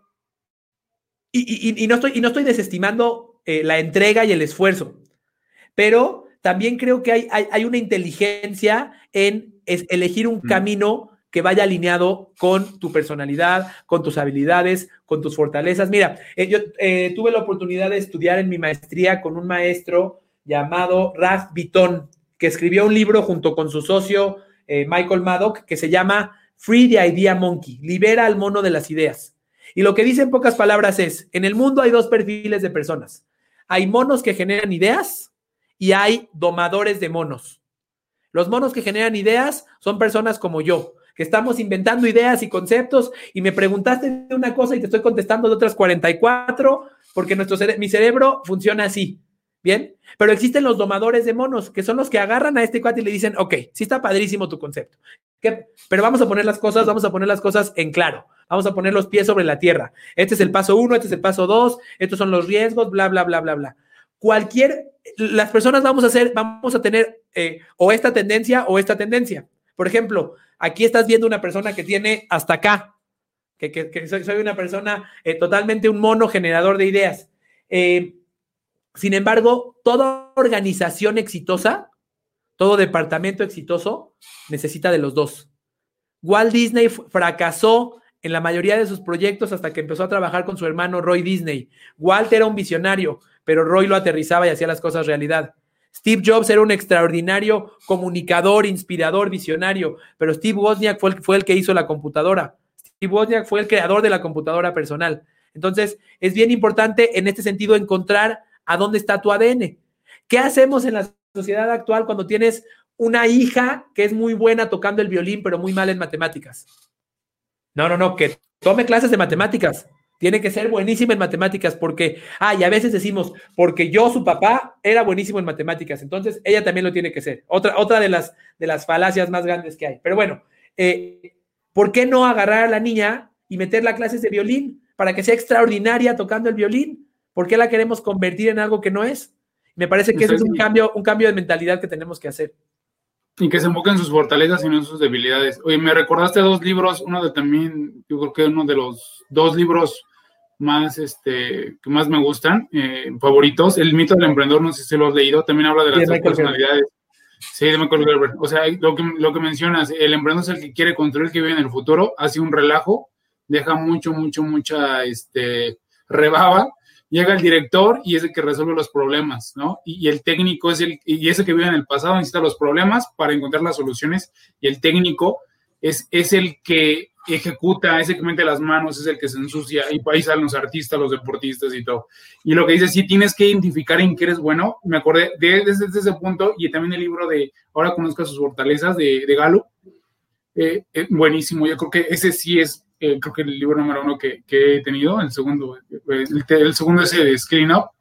no estoy desestimando la entrega y el esfuerzo, pero también creo que hay una inteligencia en elegir un camino que vaya alineado con tu personalidad, con tus habilidades, con tus fortalezas. Mira, yo tuve la oportunidad de estudiar en mi maestría con un maestro llamado Ralph Bitton, que escribió un libro junto con su socio Michael Maddock, que se llama Free the Idea Monkey, libera al mono de las ideas. Y lo que dice en pocas palabras es, en el mundo hay dos perfiles de personas. Hay monos que generan ideas y hay domadores de monos. Los monos que generan ideas son personas como yo, que estamos inventando ideas y conceptos y me preguntaste de una cosa y te estoy contestando de otras 44 porque mi cerebro funciona así, ¿bien? Pero existen los domadores de monos, que son los que agarran a este cuate y le dicen, ok, sí está padrísimo tu concepto, pero vamos a poner las cosas en claro, vamos a poner los pies sobre la tierra. Este es el paso 1, este es el paso 2, estos son los riesgos, bla, bla, bla, bla, bla. Las personas vamos a tener o esta tendencia o esta tendencia. Por ejemplo, aquí estás viendo una persona que tiene hasta acá, que soy una persona totalmente un mono generador de ideas. Sin embargo, toda organización exitosa, todo departamento exitoso necesita de los dos. Walt Disney fracasó en la mayoría de sus proyectos hasta que empezó a trabajar con su hermano Roy Disney. Walt era un visionario, pero Roy lo aterrizaba y hacía las cosas realidad. Steve Jobs era un extraordinario comunicador, inspirador, visionario, pero Steve Wozniak fue el que hizo la computadora. Steve Wozniak fue el creador de la computadora personal. Entonces, es bien importante en este sentido encontrar a dónde está tu ADN. ¿Qué hacemos en la sociedad actual cuando tienes una hija que es muy buena tocando el violín, pero muy mal en matemáticas? No, que tome clases de matemáticas. Tiene que ser buenísima en matemáticas porque, y a veces decimos, porque su papá era buenísimo en matemáticas, entonces ella también lo tiene que ser. Otra de las falacias más grandes que hay. Pero bueno, ¿por qué no agarrar a la niña y meterla a clases de violín para que sea extraordinaria tocando el violín? ¿Por qué la queremos convertir en algo que no es? Me parece que ese es un cambio de mentalidad que tenemos que hacer. Y que se enfoque en sus fortalezas y no en sus debilidades. Oye, me recordaste 2 libros, yo creo que uno de los 2 libros más, que más me gustan, favoritos, El mito del emprendedor, no sé si lo has leído, también habla de las 3 personalidades. Sí, de Michael Gerber. O sea, lo que mencionas, el emprendedor es el que quiere construir, que vive en el futuro, hace un relajo, deja mucha rebaba, llega el director y es el que resuelve los problemas, ¿no? Y el técnico es el que vive en el pasado, necesita los problemas para encontrar las soluciones, y el técnico es el que ejecuta, es el que mete las manos, es el que se ensucia, y ahí salen los artistas, los deportistas y todo. Y lo que dice, sí, tienes que identificar en qué eres bueno. Me acordé desde ese punto, y también el libro de Ahora conozca sus fortalezas, de Gallup, buenísimo. Yo creo que ese sí es creo que el libro número 1 que he tenido. El segundo es de Screen Up,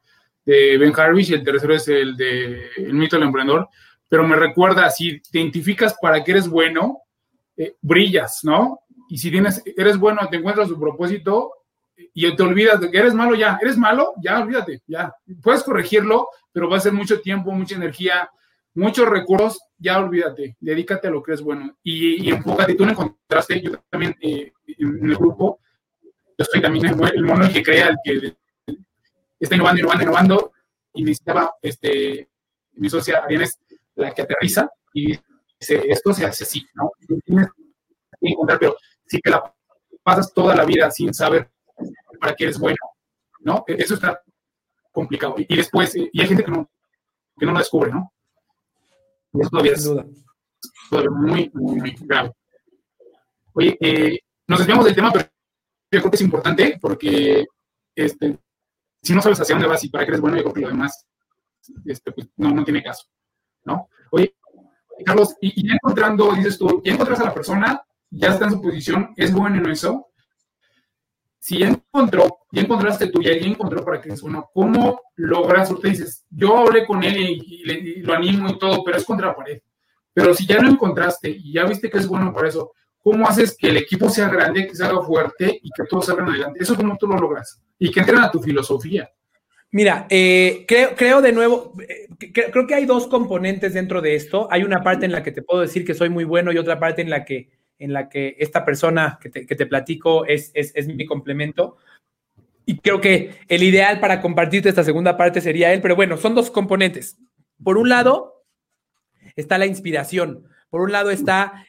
de Ben Harris y el tercero es el de El mito del emprendedor, pero me recuerda, si te identificas para que eres bueno, brillas, ¿no? Y si eres bueno, te encuentras tu propósito y te olvidas de que eres malo, ya olvídate, ya. Puedes corregirlo, pero va a ser mucho tiempo, mucha energía, muchos recursos, ya olvídate, dedícate a lo que es bueno y enfócate. Tú lo encontraste, yo también en el grupo, yo soy también el mono que crea, el que está innovando y necesitaba, mi socia Ariana es la que aterriza y dice, esto se hace así, ¿no? Tienes que encontrar, pero sí que la pasas toda la vida sin saber para qué eres bueno, ¿no? Eso está complicado. Y después, y hay gente que no lo descubre, ¿no? Y eso todavía es muy, muy grave. Oye, nos desviamos del tema, pero yo creo que es importante porque si no sabes hacia dónde vas y para qué eres bueno, yo creo que lo demás pues, no tiene caso, ¿no? Oye, Carlos, y ya encontrando, dices tú, ya encontraste a la persona, ya está en su posición, es bueno en eso. Si ya encontraste tú, ya encontró para que es bueno, ¿cómo logras? Usted dices, yo hablé con él y lo animo y todo, pero es contra la pared. Pero si ya lo encontraste y ya viste que es bueno para eso, ¿cómo haces que el equipo sea grande, que se haga fuerte y que todos salgan adelante? ¿Eso cómo tú lo logras? Y que entren a tu filosofía. Mira, creo de nuevo, creo que hay dos componentes dentro de esto. Hay una parte en la que te puedo decir que soy muy bueno y otra parte en la que esta persona que te platico es mi complemento. Y creo que el ideal para compartirte esta segunda parte sería él, pero bueno, son dos componentes. Por un lado está la inspiración. Por un lado está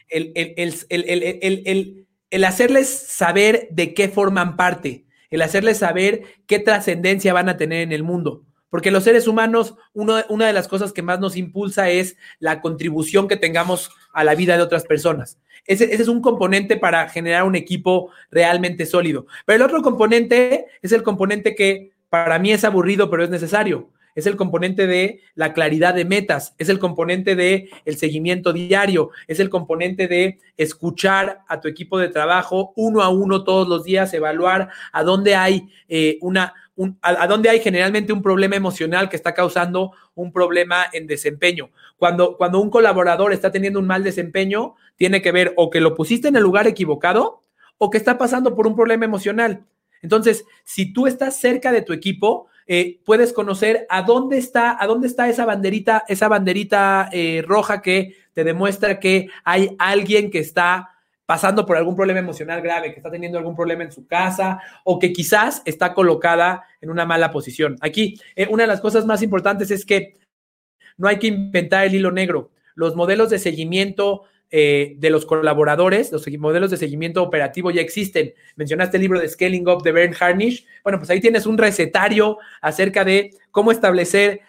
el hacerles saber de qué forman parte, el hacerles saber qué trascendencia van a tener en el mundo. Porque los seres humanos, una de las cosas que más nos impulsa es la contribución que tengamos a la vida de otras personas. Ese es un componente para generar un equipo realmente sólido. Pero el otro componente es el componente que para mí es aburrido, pero es necesario. Es el componente de la claridad de metas, es el componente de el seguimiento diario, es el componente de escuchar a tu equipo de trabajo uno a uno todos los días, evaluar a dónde hay a dónde hay generalmente un problema emocional que está causando un problema en desempeño. Cuando un colaborador está teniendo un mal desempeño, tiene que ver o que lo pusiste en el lugar equivocado o que está pasando por un problema emocional. Entonces, si tú estás cerca de tu equipo, puedes conocer a dónde está esa banderita roja que te demuestra que hay alguien que está pasando por algún problema emocional grave, que está teniendo algún problema en su casa o que quizás está colocada en una mala posición. Aquí, una de las cosas más importantes es que no hay que inventar el hilo negro. Los modelos de seguimiento de los colaboradores, los modelos de seguimiento operativo ya existen. Mencionaste el libro de Scaling Up de Bern Harnish. Bueno, pues ahí tienes un recetario acerca de cómo establecer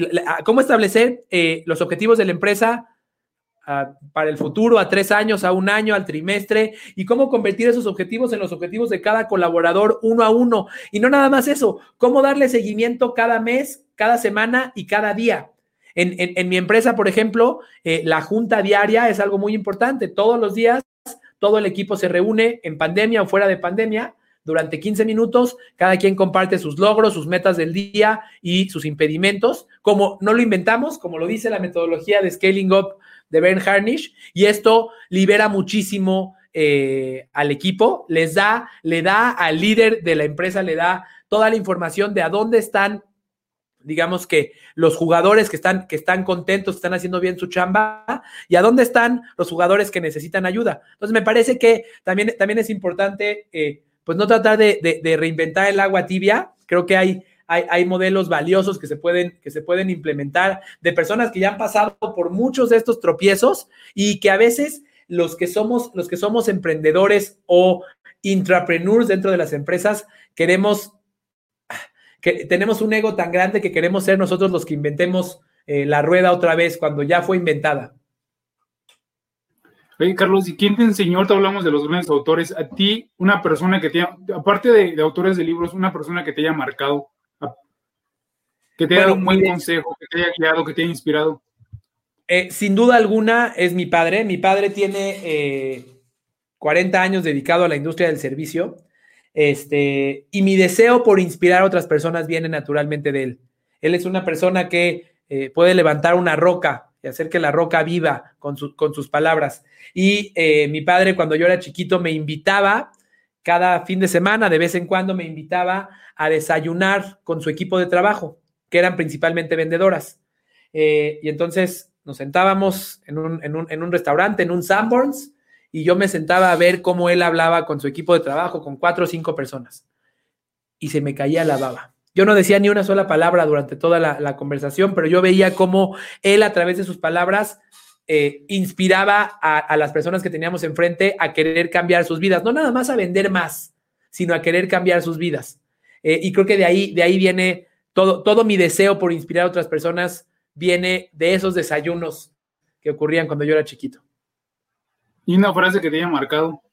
los objetivos de la empresa para el futuro, a 3 años, a 1 año, al trimestre, y cómo convertir esos objetivos en los objetivos de cada colaborador uno a uno. Y no nada más eso, cómo darle seguimiento cada mes, cada semana y cada día. En mi empresa, por ejemplo, la junta diaria es algo muy importante. Todos los días, todo el equipo se reúne en pandemia o fuera de pandemia. Durante 15 minutos, cada quien comparte sus logros, sus metas del día y sus impedimentos. Como no lo inventamos, como lo dice la metodología de Scaling Up de Bern Harnish, y esto libera muchísimo al equipo, le da al líder de la empresa, le da toda la información de a dónde están, digamos que los jugadores que están contentos, que están haciendo bien su chamba, y a dónde están los jugadores que necesitan ayuda. Entonces me parece que también es importante pues no tratar de reinventar el agua tibia. Creo que hay modelos valiosos que se pueden implementar de personas que ya han pasado por muchos de estos tropiezos y que a veces los que somos emprendedores o intrapreneurs dentro de las empresas tenemos un ego tan grande que queremos ser nosotros los que inventemos la rueda otra vez cuando ya fue inventada. Oye, Carlos, ¿y quién te enseñó? Ahorita hablamos de los grandes autores. A ti, una persona que te aparte de autores de libros, una persona que te haya marcado, que te haya dado un buen consejo, que te haya guiado, que te haya inspirado. Sin duda alguna es mi padre. Mi padre tiene 40 años dedicado a la industria del servicio, y mi deseo por inspirar a otras personas viene naturalmente de él. Él es una persona que puede levantar una roca y hacer que la roca viva con sus palabras. Y mi padre, cuando yo era chiquito, me invitaba cada fin de semana, de vez en cuando me invitaba a desayunar con su equipo de trabajo, que eran principalmente vendedoras. Y entonces nos sentábamos en un restaurante, en un Sanborns, y yo me sentaba a ver cómo él hablaba con su equipo de trabajo, con 4 o 5 personas. Y se me caía la baba. Yo no decía ni una sola palabra durante toda la conversación, pero yo veía cómo él, a través de sus palabras, inspiraba a las personas que teníamos enfrente a querer cambiar sus vidas. No nada más a vender más, sino a querer cambiar sus vidas. Y creo que de ahí viene todo mi deseo por inspirar a otras personas, viene de esos desayunos que ocurrían cuando yo era chiquito. ¿Y una frase que te haya marcado?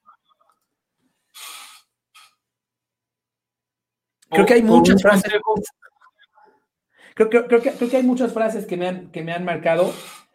Creo que hay muchas frases. Creo que hay muchas frases que me han marcado.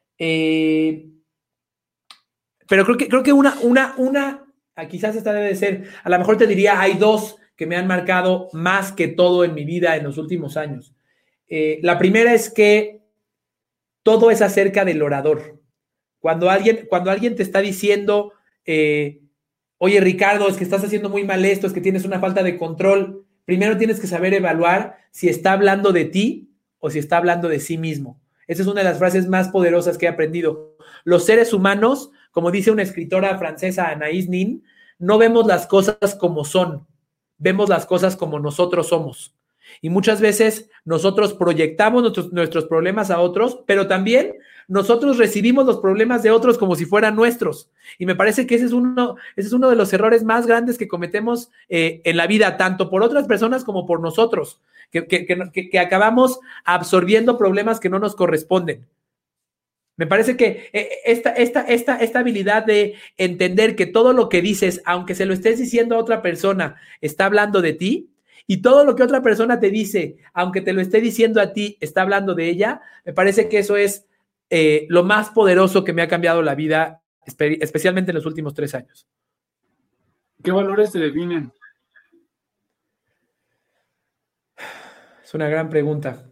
Pero creo que una, quizás esta debe de ser, a lo mejor te diría, hay 2 que me han marcado más que todo en mi vida en los últimos años. La primera es que todo es acerca del orador. Cuando alguien te está diciendo, oye, Ricardo, es que estás haciendo muy mal esto, es que tienes una falta de control, primero tienes que saber evaluar si está hablando de ti o si está hablando de sí mismo. Esa es una de las frases más poderosas que he aprendido. Los seres humanos, como dice una escritora francesa, Anaïs Nin, no vemos las cosas como son, vemos las cosas como nosotros somos. Y muchas veces nosotros proyectamos nuestros problemas a otros, pero también nosotros recibimos los problemas de otros como si fueran nuestros. Y me parece que ese es uno de los errores más grandes que cometemos en la vida, tanto por otras personas como por nosotros, que acabamos absorbiendo problemas que no nos corresponden. Me parece que esta habilidad de entender que todo lo que dices, aunque se lo estés diciendo a otra persona, está hablando de ti, y todo lo que otra persona te dice, aunque te lo esté diciendo a ti, está hablando de ella, me parece que eso es lo más poderoso que me ha cambiado la vida, especialmente en los últimos 3 años. ¿Qué valores te definen? Es una gran pregunta.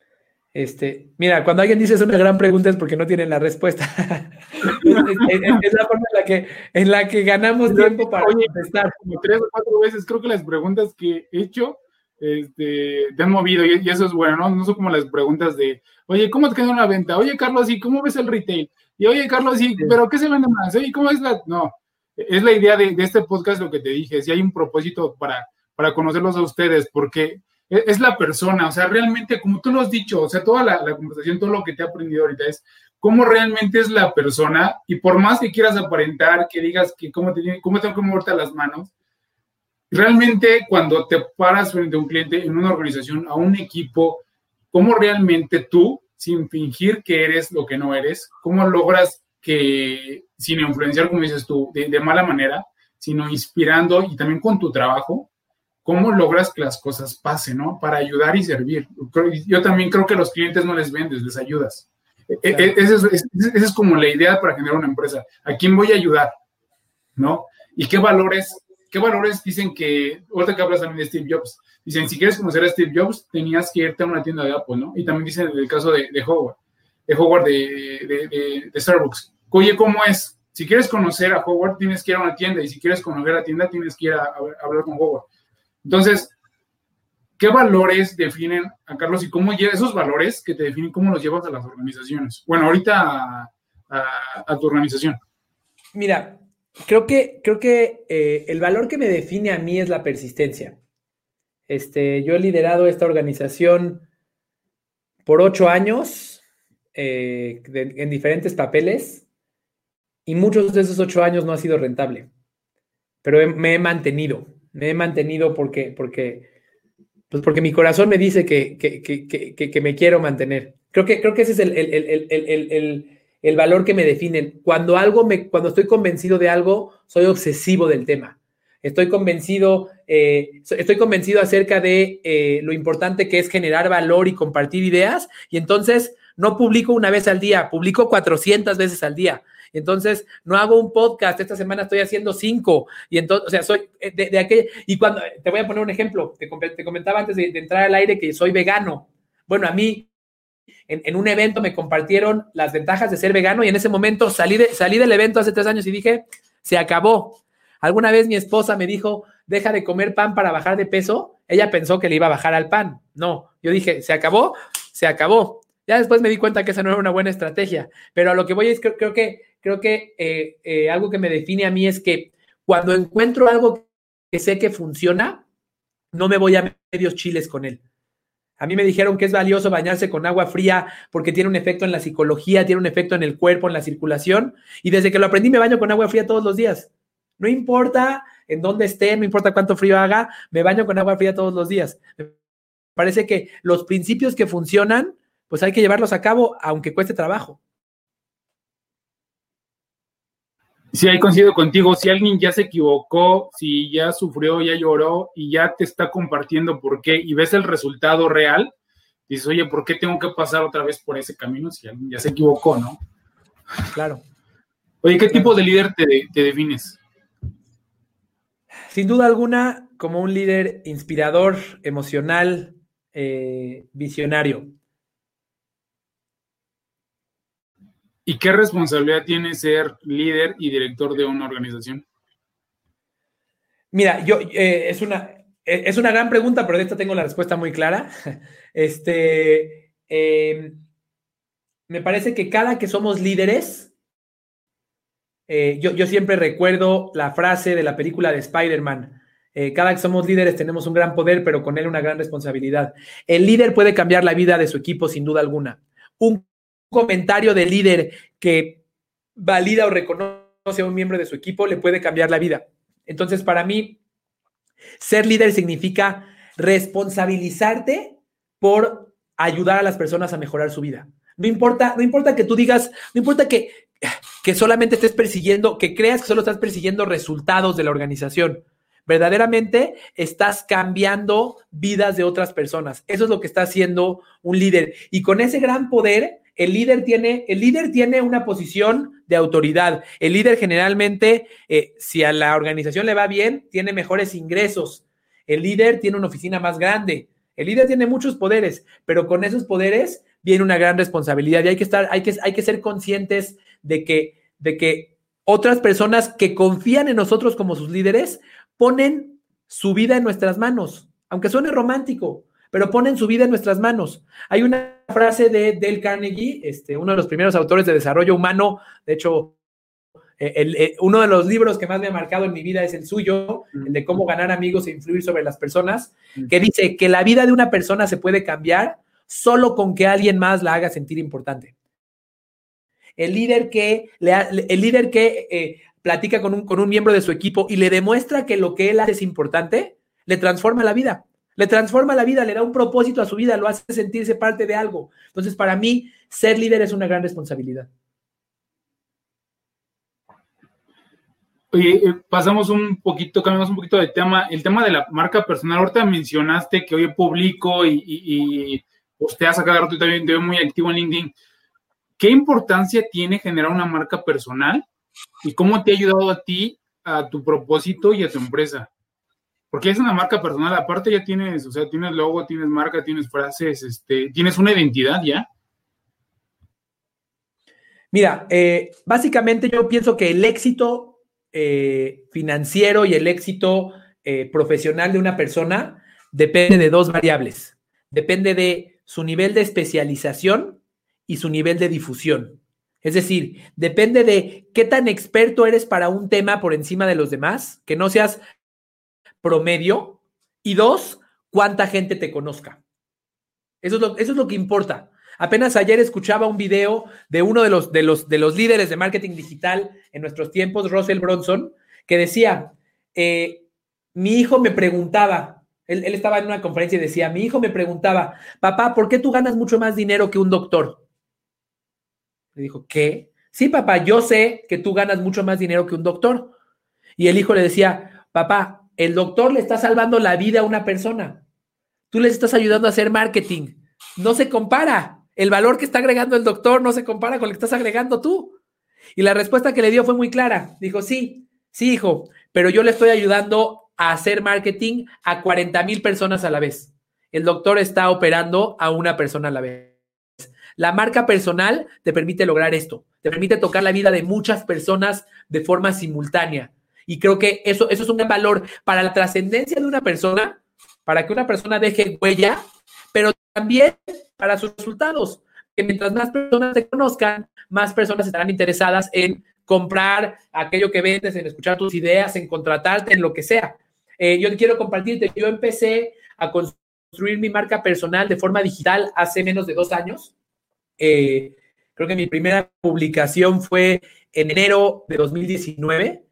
Mira, cuando alguien dice es una gran pregunta es porque no tienen la respuesta. Es la forma en la que ganamos tiempo para contestar. Como 3 o 4 veces creo que las preguntas que he hecho te han movido y eso es bueno, ¿no? No son como las preguntas de, oye, ¿cómo te queda una venta? Oye, Carlos, ¿y cómo ves el retail? Y oye, Carlos, ¿y pero qué se vende más? ¿Y cómo es la...? No, es la idea de este podcast lo que te dije, si hay un propósito para conocerlos a ustedes, porque es la persona, o sea, realmente, como tú lo has dicho, o sea, toda la conversación, todo lo que te he aprendido ahorita es cómo realmente es la persona, y por más que quieras aparentar, que digas que cómo tengo que moverte las manos, realmente cuando te paras frente a un cliente, en una organización, a un equipo, cómo realmente tú, sin fingir que eres lo que no eres, cómo logras que, sin influenciar, como dices tú, de mala manera, sino inspirando y también con tu trabajo, cómo logras que las cosas pasen, ¿no? Para ayudar y servir. Yo también creo que a los clientes no les vendes, les ayudas. Claro. Esa es como la idea para generar una empresa. ¿A quién voy a ayudar? ¿No? ¿Y qué valores dicen que, ahorita que hablas también de Steve Jobs, dicen, si quieres conocer a Steve Jobs, tenías que irte a una tienda de Apple, ¿no? Y también dicen el caso de Howard de Starbucks. Oye, ¿cómo es? Si quieres conocer a Howard, tienes que ir a una tienda, y si quieres conocer la tienda, tienes que ir a hablar con Howard. Entonces, ¿qué valores definen a Carlos y cómo lleva esos valores que te definen, cómo los llevas a las organizaciones? Bueno, ahorita a tu organización. Mira, creo que el valor que me define a mí es la persistencia. Yo he liderado esta organización por 8 años en diferentes papeles y muchos de esos 8 años no ha sido rentable, pero me he mantenido porque mi corazón me dice que me quiero mantener. Creo que ese es el valor que me define. Cuando estoy convencido de algo, soy obsesivo del tema. Estoy convencido acerca de lo importante que es generar valor y compartir ideas, y entonces no publico una vez al día, publico 400 veces al día. Entonces, no hago un podcast, esta semana estoy haciendo 5, y entonces, o sea, soy y cuando, te voy a poner un ejemplo, te comentaba antes de entrar al aire que soy vegano. Bueno, a mí en un evento me compartieron las ventajas de ser vegano y en ese momento salí del evento hace 3 años y dije, se acabó. Alguna vez mi esposa me dijo, deja de comer pan para bajar de peso. Ella pensó que le iba a bajar al pan. No, yo dije, se acabó, se acabó. Ya después me di cuenta que esa no era una buena estrategia. Pero a lo que voy es que creo que algo que me define a mí es que cuando encuentro algo que sé que funciona, no me voy a medios chiles con él. A mí me dijeron que es valioso bañarse con agua fría porque tiene un efecto en la psicología, tiene un efecto en el cuerpo, en la circulación. Y desde que lo aprendí me baño con agua fría todos los días. No importa en dónde esté, no importa cuánto frío haga, me baño con agua fría todos los días. Me parece que los principios que funcionan, pues hay que llevarlos a cabo, aunque cueste trabajo. Sí, ahí coincido contigo. Si alguien ya se equivocó, si ya sufrió, ya lloró y ya te está compartiendo por qué y ves el resultado real, dices, oye, ¿por qué tengo que pasar otra vez por ese camino si alguien ya se equivocó, no? Claro. Oye, ¿qué tipo de líder te defines? Sin duda alguna, como un líder inspirador, emocional, visionario. ¿Y qué responsabilidad tiene ser líder y director de una organización? Mira, es una gran pregunta, pero de esta tengo la respuesta muy clara. Me parece que cada que somos líderes, yo siempre recuerdo la frase de la película de Spider-Man. Cada que somos líderes tenemos un gran poder, pero con él una gran responsabilidad. El líder puede cambiar la vida de su equipo sin duda alguna. Un comentario de líder que valida o reconoce a un miembro de su equipo le puede cambiar la vida. Entonces, para mí, ser líder significa responsabilizarte por ayudar a las personas a mejorar su vida. No importa que tú digas, no importa que solamente estés persiguiendo, que creas que solo estás persiguiendo resultados de la organización. Verdaderamente estás cambiando vidas de otras personas. Eso es lo que está haciendo un líder. Y con ese gran poder, el líder tiene una posición de autoridad. El líder generalmente, si a la organización le va bien, tiene mejores ingresos. El líder tiene una oficina más grande. El líder tiene muchos poderes, pero con esos poderes viene una gran responsabilidad y hay que ser conscientes de que otras personas que confían en nosotros como sus líderes ponen su vida en nuestras manos, aunque suene romántico, pero ponen su vida en nuestras manos. Hay una frase de Dale Carnegie, uno de los primeros autores de desarrollo humano, de hecho, uno de los libros que más me ha marcado en mi vida es el suyo, el de cómo ganar amigos e influir sobre las personas, que dice que la vida de una persona se puede cambiar solo con que alguien más la haga sentir importante. El líder que platica con un miembro de su equipo y le demuestra que lo que él hace es importante, le transforma la vida. Le transforma la vida, le da un propósito a su vida, lo hace sentirse parte de algo. Entonces, para mí, ser líder es una gran responsabilidad. Oye, cambiamos un poquito de tema. El tema de la marca personal. Ahorita mencionaste que hoy publico y posteas a cada rato y también te veo muy activo en LinkedIn. ¿Qué importancia tiene generar una marca personal? ¿Y cómo te ha ayudado a ti, a tu propósito y a tu empresa? Porque es una marca personal, aparte ya tienes, o sea, tienes logo, tienes marca, tienes frases, tienes una identidad ya. Mira, básicamente yo pienso que el éxito financiero y el éxito profesional de una persona depende de 2 variables. Depende de su nivel de especialización y su nivel de difusión. Es decir, depende de qué tan experto eres para un tema por encima de los demás, que no seas promedio, y 2, cuánta gente te conozca. Eso es lo que importa. Apenas ayer escuchaba un video de uno de los líderes de marketing digital en nuestros tiempos, Russell Brunson, que decía, mi hijo me preguntaba, él estaba en una conferencia y decía, mi hijo me preguntaba, papá, ¿por qué tú ganas mucho más dinero que un doctor? Le dijo, ¿qué? Sí, papá, yo sé que tú ganas mucho más dinero que un doctor. Y el hijo le decía, papá, el doctor le está salvando la vida a una persona. Tú les estás ayudando a hacer marketing. No se compara. El valor que está agregando el doctor no se compara con lo que estás agregando tú. Y la respuesta que le dio fue muy clara. Dijo, sí, hijo, pero yo le estoy ayudando a hacer marketing a 40,000 personas a la vez. el doctor está operando a una persona a la vez. La marca personal te permite lograr esto, te permite tocar la vida de muchas personas de forma simultánea. Y creo que eso es un gran valor para la trascendencia de una persona, para que una persona deje huella, pero también para sus resultados. Que mientras más personas te conozcan, más personas estarán interesadas en comprar aquello que vendes, en escuchar tus ideas, en contratarte, en lo que sea. Yo quiero compartirte, yo empecé a construir mi marca personal de forma digital hace menos de 2 años. Creo que mi primera publicación fue en enero de 2019.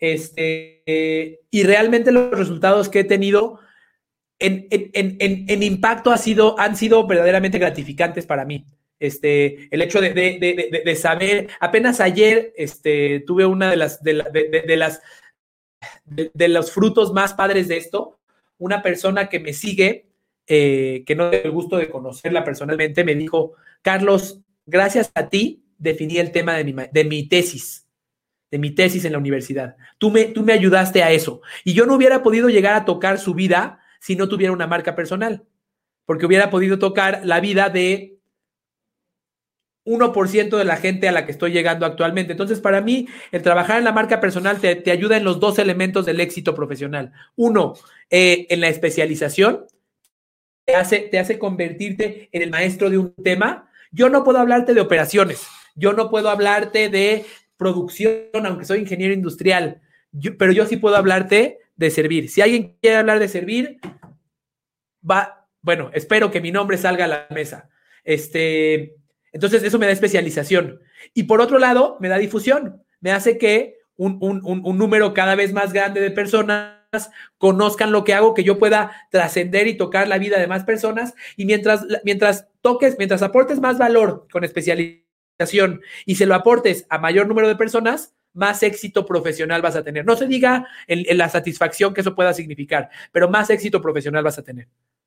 Y realmente los resultados que he tenido en impacto han sido verdaderamente gratificantes para mí. El hecho de saber, apenas ayer tuve una de los frutos más padres de esto. Una persona que me sigue, que no tengo el gusto de conocerla personalmente, me dijo: Carlos, gracias a ti definí el tema de mi tesis en la universidad. Tú me ayudaste a eso. Y yo no hubiera podido llegar a tocar su vida si no tuviera una marca personal, porque hubiera podido tocar la vida de 1% de la gente a la que estoy llegando actualmente. Entonces, para mí, el trabajar en la marca personal te ayuda en los 2 elementos del éxito profesional. Uno, en la especialización, te hace convertirte en el maestro de un tema. Yo no puedo hablarte de operaciones, yo no puedo hablarte de producción, aunque soy ingeniero industrial, pero yo sí puedo hablarte de servir. Si alguien quiere hablar de servir, bueno, espero que mi nombre salga a la mesa. Entonces, eso me da especialización. Y por otro lado, me da difusión. Me hace que un número cada vez más grande de personas conozcan lo que hago, que yo pueda trascender y tocar la vida de más personas. Y mientras aportes más valor con especialización y se lo aportes a mayor número de personas, más éxito profesional vas a tener. No se diga en la satisfacción que eso pueda significar, pero más éxito profesional vas a tener.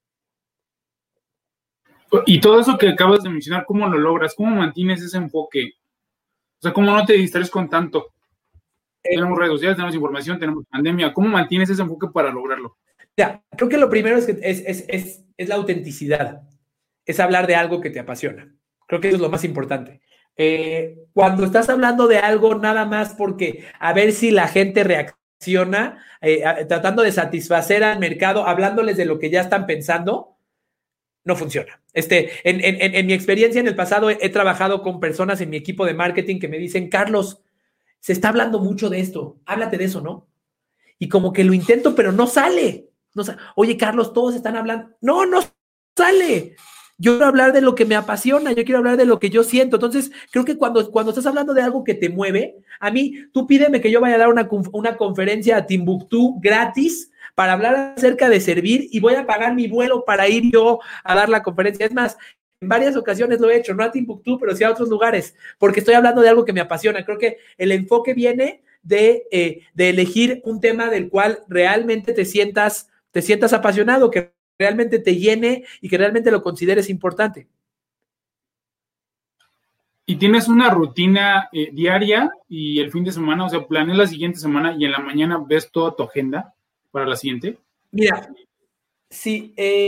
Y todo eso que acabas de mencionar, ¿cómo lo logras? ¿Cómo mantienes ese enfoque? O sea, ¿cómo no te distraes con tanto? Tenemos redes sociales, tenemos información, tenemos pandemia. ¿Cómo mantienes ese enfoque para lograrlo? Ya, creo que lo primero es la autenticidad. Es hablar de algo que te apasiona. Creo que eso es lo más importante. Cuando estás hablando de algo nada más porque a ver si la gente reacciona, tratando de satisfacer al mercado, hablándoles de lo que ya están pensando, no funciona. En mi experiencia en el pasado he trabajado con personas en mi equipo de marketing que me dicen: Carlos, se está hablando mucho de esto, háblate de eso, ¿no? Y como que lo intento, pero no sale. Oye, Carlos, todos están hablando. No sale. Yo quiero hablar de lo que me apasiona, yo quiero hablar de lo que yo siento. Entonces, creo que cuando estás hablando de algo que te mueve, a mí, tú pídeme que yo vaya a dar una conferencia a Timbuktu gratis para hablar acerca de servir y voy a pagar mi vuelo para ir yo a dar la conferencia. Es más, en varias ocasiones lo he hecho, no a Timbuktu, pero sí a otros lugares, porque estoy hablando de algo que me apasiona. Creo que el enfoque viene de elegir un tema del cual realmente te sientas apasionado, que realmente te llene y que realmente lo consideres importante. ¿Y tienes una rutina diaria y el fin de semana? O sea, planeas la siguiente semana y en la mañana ves toda tu agenda para la siguiente. Mira, sí,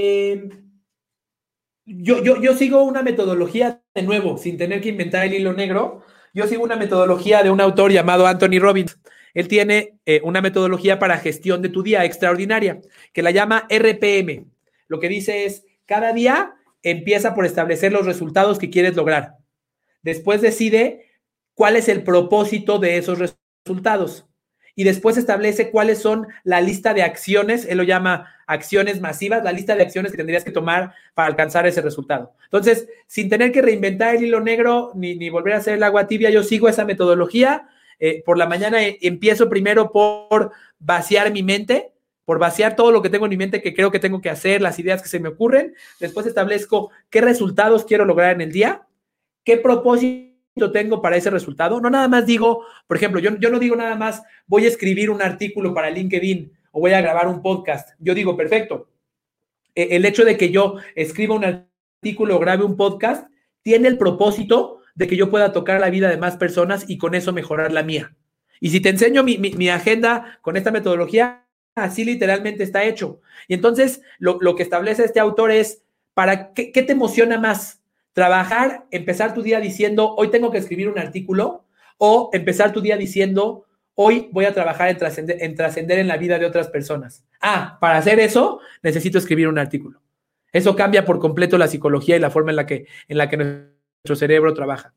yo sigo una metodología, de nuevo, sin tener que inventar el hilo negro. Yo sigo una metodología de un autor llamado Anthony Robbins. Él tiene una metodología para gestión de tu día extraordinaria, que la llama RPM. Lo que dice es: cada día empieza por establecer los resultados que quieres lograr. Después decide cuál es el propósito de esos resultados. Y después establece cuáles son la lista de acciones, él lo llama acciones masivas, la lista de acciones que tendrías que tomar para alcanzar ese resultado. Entonces, sin tener que reinventar el hilo negro ni volver a hacer el agua tibia, yo sigo esa metodología. Por la mañana empiezo primero por vaciar mi mente, por vaciar todo lo que tengo en mi mente que creo que tengo que hacer, las ideas que se me ocurren. Después establezco qué resultados quiero lograr en el día, qué propósito tengo para ese resultado. No nada más digo, por ejemplo, yo no digo nada más voy a escribir un artículo para LinkedIn o voy a grabar un podcast. Yo digo, perfecto, el hecho de que yo escriba un artículo o grabe un podcast tiene el propósito de que yo pueda tocar la vida de más personas y con eso mejorar la mía. Y si te enseño mi agenda con esta metodología, así literalmente está hecho. Y entonces lo que establece este autor es, ¿qué te emociona más? ¿Trabajar, empezar tu día diciendo, hoy tengo que escribir un artículo? ¿O empezar tu día diciendo, hoy voy a trabajar en trascender en la vida de otras personas? Para hacer eso, necesito escribir un artículo. Eso cambia por completo la psicología y la forma en la que nuestro cerebro trabaja.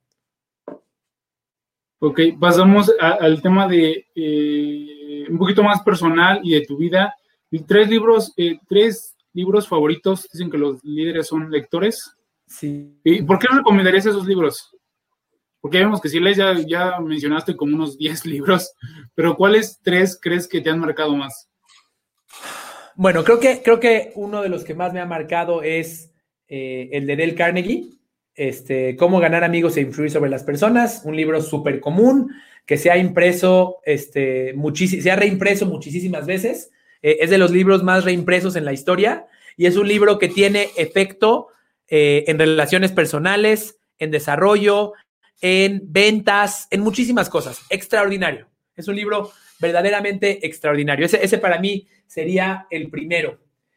Ok, pasamos al tema de un poquito más personal y de tu vida. Tres libros favoritos. Dicen que los líderes son lectores. Sí. ¿Y por qué recomendarías esos libros? Porque vemos que si lees, ya mencionaste como unos 10 libros, pero ¿cuáles 3 crees que te han marcado más? Bueno, creo que uno de los que más me ha marcado es el de Dale Carnegie, Cómo ganar amigos e influir sobre las personas, un libro súper común que se ha impreso, se ha reimpreso muchísimas veces, es de los libros más reimpresos en la historia y es un libro que tiene efecto en relaciones personales, en desarrollo, en ventas, en muchísimas cosas. Extraordinario. Es un libro verdaderamente extraordinario. Ese para mí sería el primero.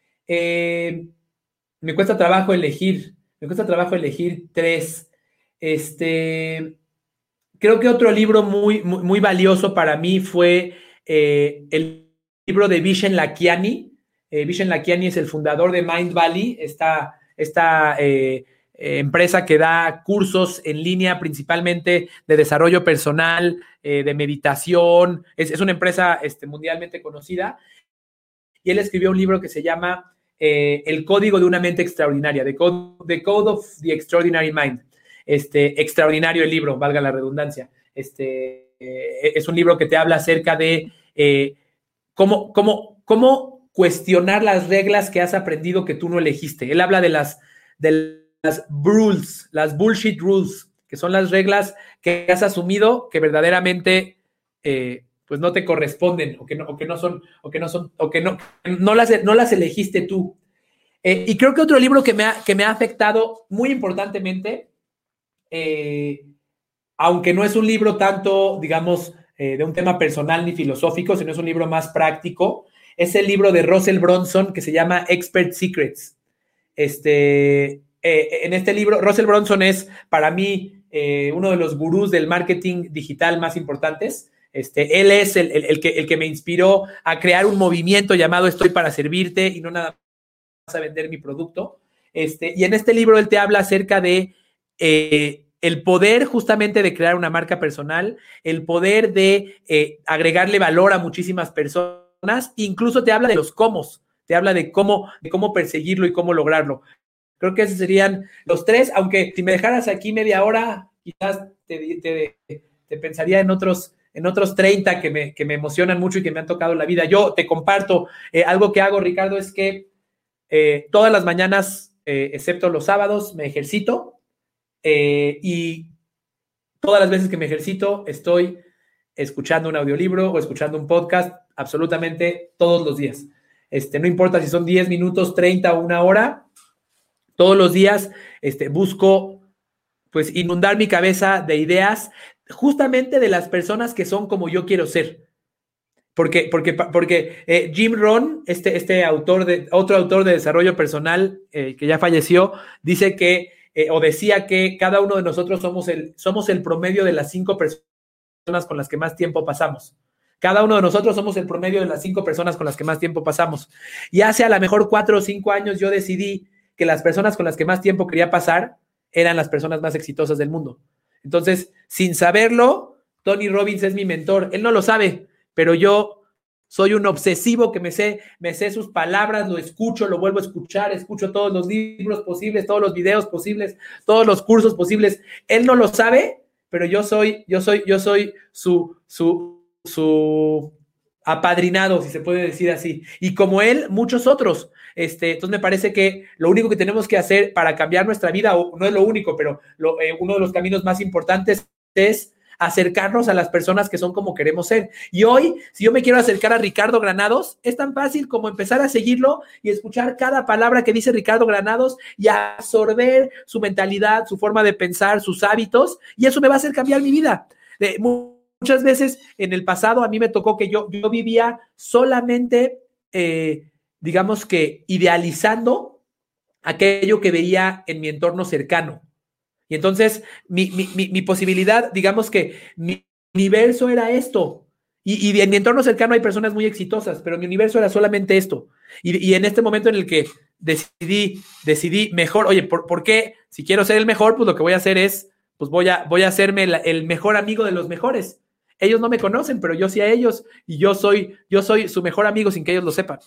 Me cuesta trabajo elegir 3. Creo que otro libro muy, muy, muy valioso para mí fue el libro de Vishen Lakhiani. Vishen Lakhiani es el fundador de Mindvalley, esta empresa que da cursos en línea principalmente de desarrollo personal, de meditación. Es una empresa mundialmente conocida. Y él escribió un libro que se llama El Código de una Mente Extraordinaria, The Code of the Extraordinary Mind. Extraordinario el libro, valga la redundancia. Es un libro que te habla acerca de cómo cuestionar las reglas que has aprendido que tú no elegiste. Él habla de las rules, las bullshit rules, que son las reglas que has asumido que verdaderamente pues no te corresponden o que no las elegiste tú. Y creo que otro libro que me ha afectado muy importantemente, aunque no es un libro tanto, digamos, de un tema personal ni filosófico, sino es un libro más práctico, es el libro de Russell Brunson que se llama Expert Secrets. En este libro, Russell Brunson es para mí uno de los gurús del marketing digital más importantes. Él es el que me inspiró a crear un movimiento llamado Estoy para servirte y no nada más a vender mi producto. Y en este libro él te habla acerca de el poder justamente de crear una marca personal, el poder de agregarle valor a muchísimas personas, incluso te habla de los cómo, te habla de cómo perseguirlo y cómo lograrlo. Creo que esos serían los 3, aunque si me dejaras aquí media hora, quizás te pensaría en otros 30 que me emocionan mucho y que me han tocado la vida. Yo te comparto algo que hago, Ricardo, es que todas las mañanas, excepto los sábados, me ejercito y todas las veces que me ejercito estoy escuchando un audiolibro o escuchando un podcast absolutamente todos los días. No importa si son 10 minutos, 30 o 1 hora, todos los días busco pues inundar mi cabeza de ideas justamente de las personas que son como yo quiero ser. Porque Jim Rohn, otro autor de desarrollo personal que ya falleció, dice que, o decía que cada uno de nosotros somos el promedio de las 5 personas con las que más tiempo pasamos. Cada uno de nosotros somos el promedio de las 5 personas con las que más tiempo pasamos. Y hace a lo mejor 4 o 5 años yo decidí que las personas con las que más tiempo quería pasar eran las personas más exitosas del mundo. Entonces, sin saberlo, Tony Robbins es mi mentor. Él no lo sabe, pero yo soy un obsesivo que me sé sus palabras, lo escucho, lo vuelvo a escuchar, escucho todos los libros posibles, todos los videos posibles, todos los cursos posibles. Él no lo sabe, pero yo soy su apadrinado, si se puede decir así. Y como él, muchos otros. Entonces me parece que lo único que tenemos que hacer para cambiar nuestra vida, o no es lo único, pero uno de los caminos más importantes es acercarnos a las personas que son como queremos ser. Y hoy, si yo me quiero acercar a Ricardo Granados, es tan fácil como empezar a seguirlo y escuchar cada palabra que dice Ricardo Granados y absorber su mentalidad, su forma de pensar, sus hábitos, y eso me va a hacer cambiar mi vida. Muchas veces en el pasado a mí me tocó que yo vivía solamente digamos que idealizando aquello que veía en mi entorno cercano. Y entonces mi posibilidad, digamos que mi universo era esto. Y en mi entorno cercano hay personas muy exitosas, pero mi universo era solamente esto. Y en este momento en el que decidí mejor, oye, ¿por qué? Si quiero ser el mejor, pues lo que voy a hacer es, pues voy a hacerme el mejor amigo de los mejores. Ellos no me conocen, pero yo sí a ellos, y yo soy su mejor amigo sin que ellos lo sepan.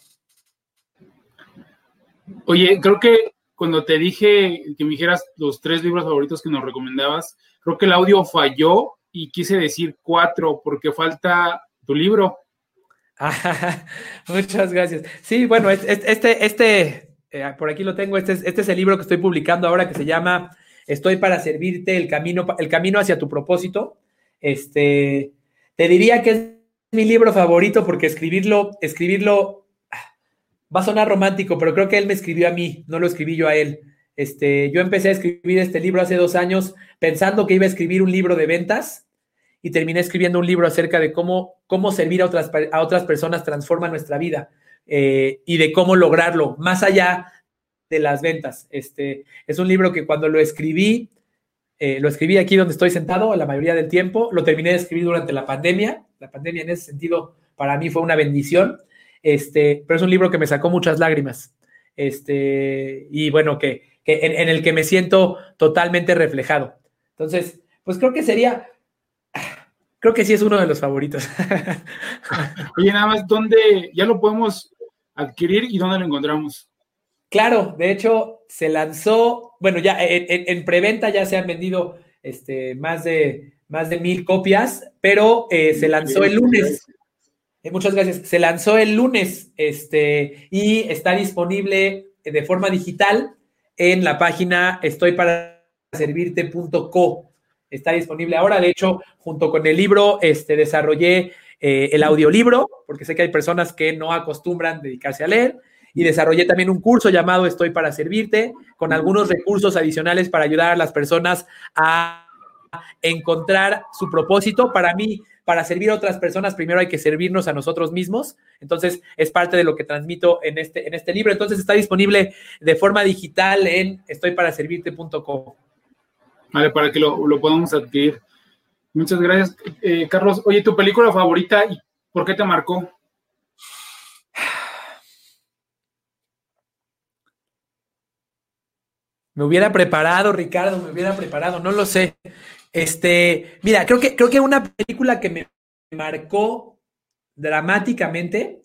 Oye, creo que cuando te dije que me dijeras los 3 libros favoritos que nos recomendabas, creo que el audio falló y quise decir 4 porque falta tu libro. Muchas gracias. Sí, bueno, por aquí lo tengo. Este es el libro que estoy publicando ahora, que se llama Estoy para servirte, el camino hacia tu propósito. Te diría que es mi libro favorito porque escribirlo va a sonar romántico, pero creo que él me escribió a mí, no lo escribí yo a él. Yo empecé a escribir este libro hace 2 años pensando que iba a escribir un libro de ventas y terminé escribiendo un libro acerca de cómo servir a otras personas transforma nuestra vida y de cómo lograrlo, más allá de las ventas. Es un libro que cuando lo escribí aquí donde estoy sentado la mayoría del tiempo, lo terminé de escribir durante la pandemia. La pandemia en ese sentido para mí fue una bendición. Pero es un libro que me sacó muchas lágrimas, y bueno, que en el que me siento totalmente reflejado. Entonces, pues creo que sí es uno de los favoritos. Oye, nada más, ¿dónde ya lo podemos adquirir y dónde lo encontramos? Claro, de hecho, se lanzó, bueno, ya en preventa ya se han vendido más de 1,000 copias, pero se lanzó el lunes. Muchas gracias. Se lanzó el lunes y está disponible de forma digital en la página estoyparaservirte.co. Está disponible ahora. De hecho, junto con el libro, desarrollé el audiolibro, porque sé que hay personas que no acostumbran dedicarse a leer, y desarrollé también un curso llamado Estoy para Servirte, con algunos recursos adicionales para ayudar a las personas a encontrar su propósito. Para mí, para servir a otras personas, primero hay que servirnos a nosotros mismos. Entonces, es parte de lo que transmito en este libro. Entonces, está disponible de forma digital en estoyparaservirte.com. Vale, para que lo podamos adquirir. Muchas gracias, Carlos. Oye, ¿tu película favorita y por qué te marcó? Me hubiera preparado, Ricardo, no lo sé. Mira, creo que una película que me marcó dramáticamente,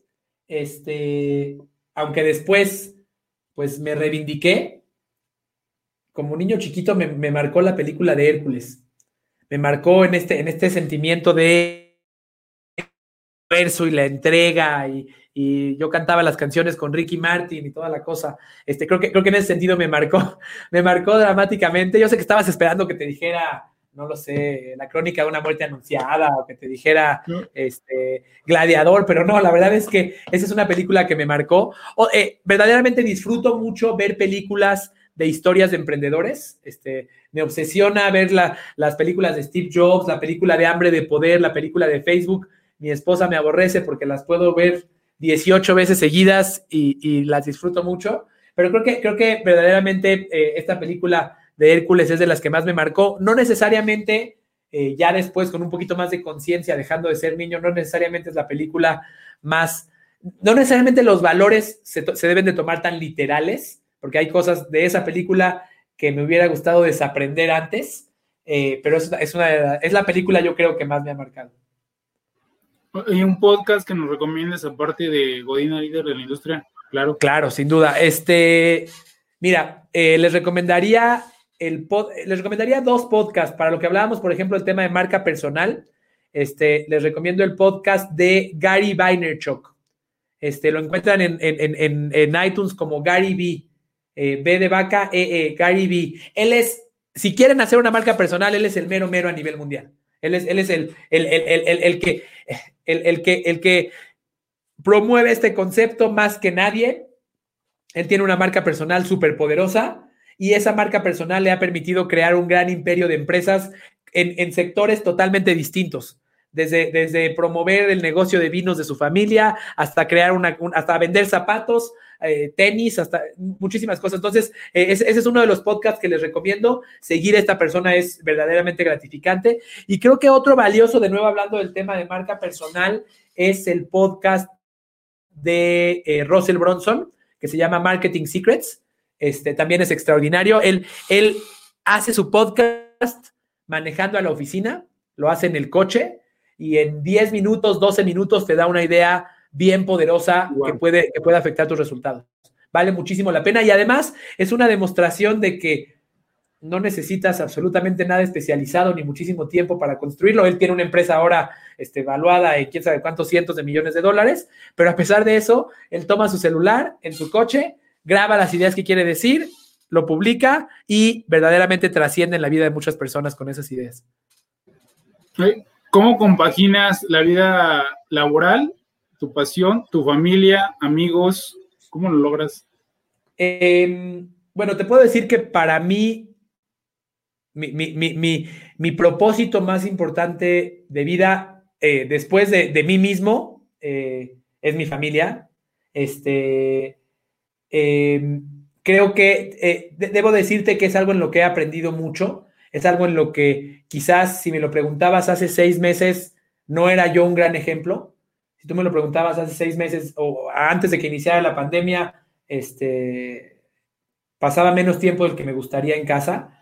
aunque después, pues me reivindiqué, como niño chiquito me marcó la película de Hércules. Me marcó en este sentimiento de esfuerzo y la entrega, y yo cantaba las canciones con Ricky Martin y toda la cosa. Creo que en ese sentido me marcó dramáticamente. Yo sé que estabas esperando que te dijera, no lo sé, La Crónica de una Muerte Anunciada, o que te dijera Gladiador, pero no, la verdad es que esa es una película que me marcó. Verdaderamente disfruto mucho ver películas de historias de emprendedores. Me obsesiona ver las películas de Steve Jobs, la película de Hambre de Poder, la película de Facebook. Mi esposa me aborrece porque las puedo ver 18 veces seguidas y las disfruto mucho, pero creo que verdaderamente esta película de Hércules es de las que más me marcó. No necesariamente, ya después con un poquito más de conciencia, dejando de ser niño, no necesariamente es la película más, no necesariamente los valores se deben de tomar tan literales, porque hay cosas de esa película que me hubiera gustado desaprender antes, pero es la película, yo creo, que más me ha marcado. ¿Y un podcast que nos recomiendes aparte de Godín, líder de la industria? Claro, sin duda. Mira, les recomendaría 2 podcasts para lo que hablábamos, por ejemplo, el tema de marca personal. Les recomiendo el podcast de Gary Vaynerchuk. Lo encuentran en iTunes como Gary V. B de vaca, Gary V. Él es, si quieren hacer una marca personal, él es el mero a nivel mundial. Él es el que promueve este concepto más que nadie. Él tiene una marca personal súper poderosa y esa marca personal le ha permitido crear un gran imperio de empresas en sectores totalmente distintos. desde promover el negocio de vinos de su familia, hasta crear hasta vender zapatos, tenis, hasta muchísimas cosas. Entonces, ese es uno de los podcasts que les recomiendo. Seguir a esta persona es verdaderamente gratificante. Y creo que otro valioso, de nuevo hablando del tema de marca personal, es el podcast de Russell Brunson, que se llama Marketing Secrets. También es extraordinario. Él hace su podcast manejando a la oficina, lo hace en el coche, y en 10 minutos, 12 minutos te da una idea bien poderosa que puede afectar tus resultados. Vale muchísimo la pena, y además es una demostración de que no necesitas absolutamente nada especializado ni muchísimo tiempo para construirlo. Él tiene una empresa ahora valuada en quién sabe cuántos cientos de millones de dólares, pero a pesar de eso, él toma su celular en su coche, graba las ideas que quiere decir, lo publica y verdaderamente trasciende en la vida de muchas personas con esas ideas. ¿Cómo compaginas la vida laboral, tu pasión, tu familia, amigos? ¿Cómo lo logras? Bueno, te puedo decir que para mí mi propósito más importante de vida, después de mí mismo, es mi familia. Creo que debo decirte que es algo en lo que he aprendido mucho. Es algo en lo que quizás, si me lo preguntabas hace 6 meses, no era yo un gran ejemplo. Si tú me lo preguntabas hace 6 meses o antes de que iniciara la pandemia, pasaba menos tiempo del que me gustaría en casa.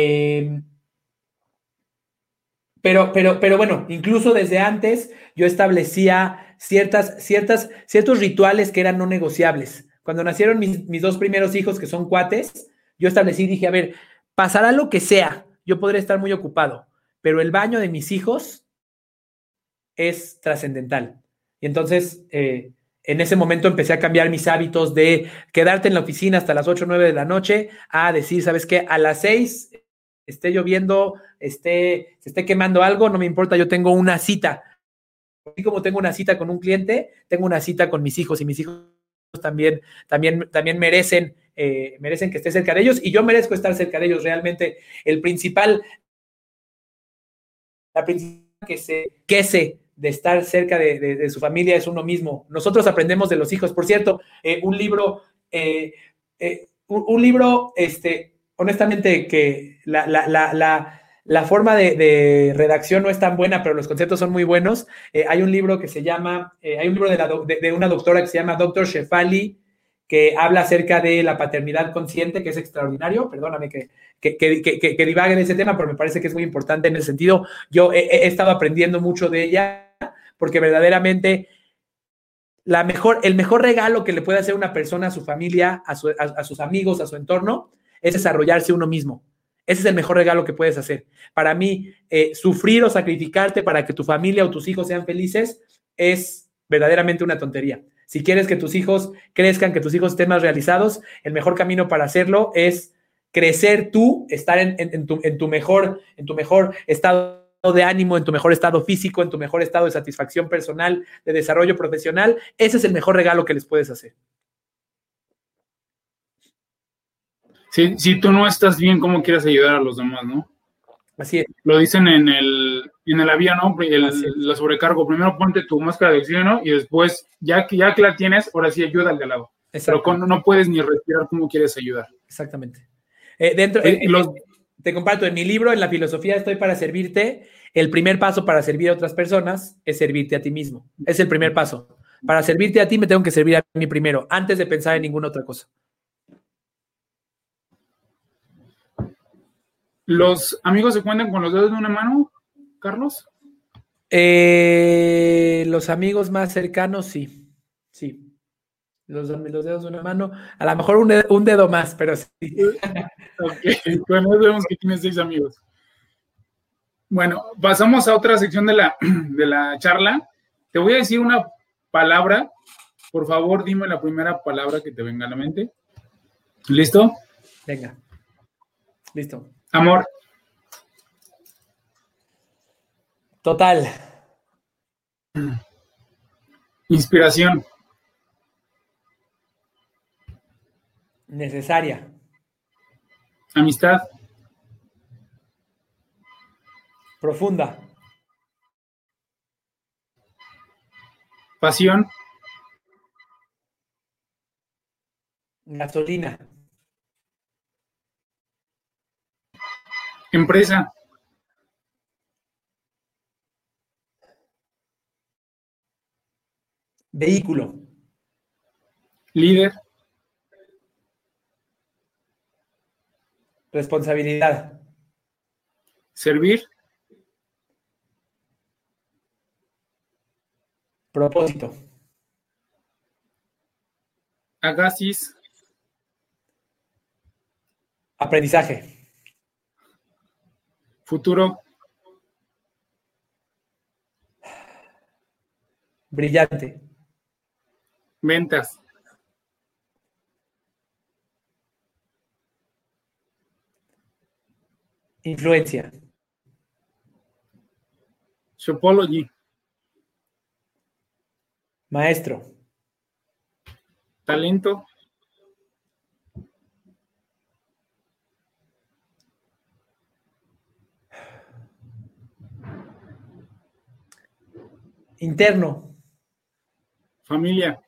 Pero bueno, incluso desde antes yo establecía ciertos rituales que eran no negociables. Cuando nacieron mis 2 primeros hijos, que son cuates, yo establecí, dije, a ver, pasará lo que sea, yo podré estar muy ocupado, pero el baño de mis hijos es trascendental. Y entonces, en ese momento empecé a cambiar mis hábitos de quedarte en la oficina hasta las 8 o 9 de la noche a decir, ¿sabes qué? A las 6 esté lloviendo, se esté quemando algo, no me importa, yo tengo una cita. Así como tengo una cita con un cliente, tengo una cita con mis hijos, y mis hijos también merecen que esté cerca de ellos, y yo merezco estar cerca de ellos. Realmente la principal que se de estar cerca de su familia es uno mismo. Nosotros aprendemos de los hijos. Por cierto, un libro, honestamente, que la forma de redacción no es tan buena, pero los conceptos son muy buenos. Hay un libro que se llama, hay un libro de una doctora que se llama Dr. Shefali, que habla acerca de la paternidad consciente, que es extraordinario. Perdóname que divague de ese tema, pero me parece que es muy importante en ese sentido. Yo he estado aprendiendo mucho de ella, porque verdaderamente el mejor regalo que le puede hacer una persona a su familia, a sus amigos, a su entorno, es desarrollarse uno mismo. Ese es el mejor regalo que puedes hacer. Para mí, sufrir o sacrificarte para que tu familia o tus hijos sean felices es verdaderamente una tontería. Si quieres que tus hijos crezcan, que tus hijos estén más realizados, el mejor camino para hacerlo es crecer tú, estar en tu mejor estado de ánimo, en tu mejor estado físico, en tu mejor estado de satisfacción personal, de desarrollo profesional. Ese es el mejor regalo que les puedes hacer. Si tú no estás bien, ¿cómo quieres ayudar a los demás, no? Así es. Lo dicen en el avión, ¿no? La sobrecargo. Primero ponte tu máscara de oxígeno y después, ya que la tienes, ahora sí ayuda al de al lado. Pero no puedes ni respirar, ¿cómo quieres ayudar? Exactamente. Te comparto, en mi libro, en La filosofía estoy para servirte, el primer paso para servir a otras personas es servirte a ti mismo. Es el primer paso. Para servirte a ti me tengo que servir a mí primero, antes de pensar en ninguna otra cosa. ¿Los amigos se cuentan con los dedos de una mano, Carlos? Los amigos más cercanos, sí. Sí. Los dedos de una mano, a lo mejor un dedo más, pero sí. Ok, bueno, vemos que tienes 6 amigos. Bueno, pasamos a otra sección de la charla. Te voy a decir una palabra. Por favor, dime la primera palabra que te venga a la mente. ¿Listo? Venga. Listo. Amor. Total. Inspiración. Necesaria. Amistad. Profunda. Pasión. Gasolina. Empresa. Vehículo. Líder. Responsabilidad. Servir. Propósito. Agasis. Aprendizaje. Futuro. Brillante. Ventas. Influencia. Shopology. Maestro. Talento. Interno. Familia.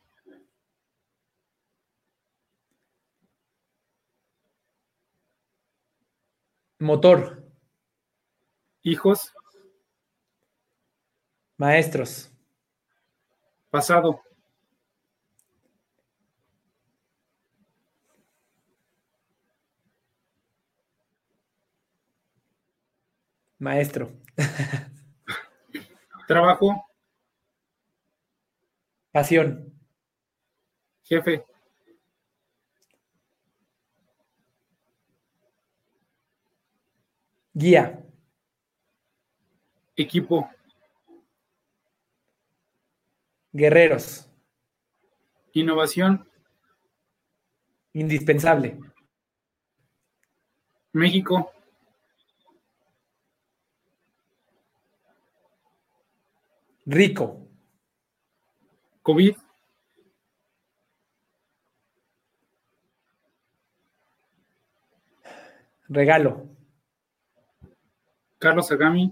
Motor. Hijos. Maestros. Pasado. Maestro. Trabajo. Pasión. Jefe. Guía. Equipo. Guerreros. Innovación. Indispensable. México. Rico. COVID. Regalo. Carlos Agami.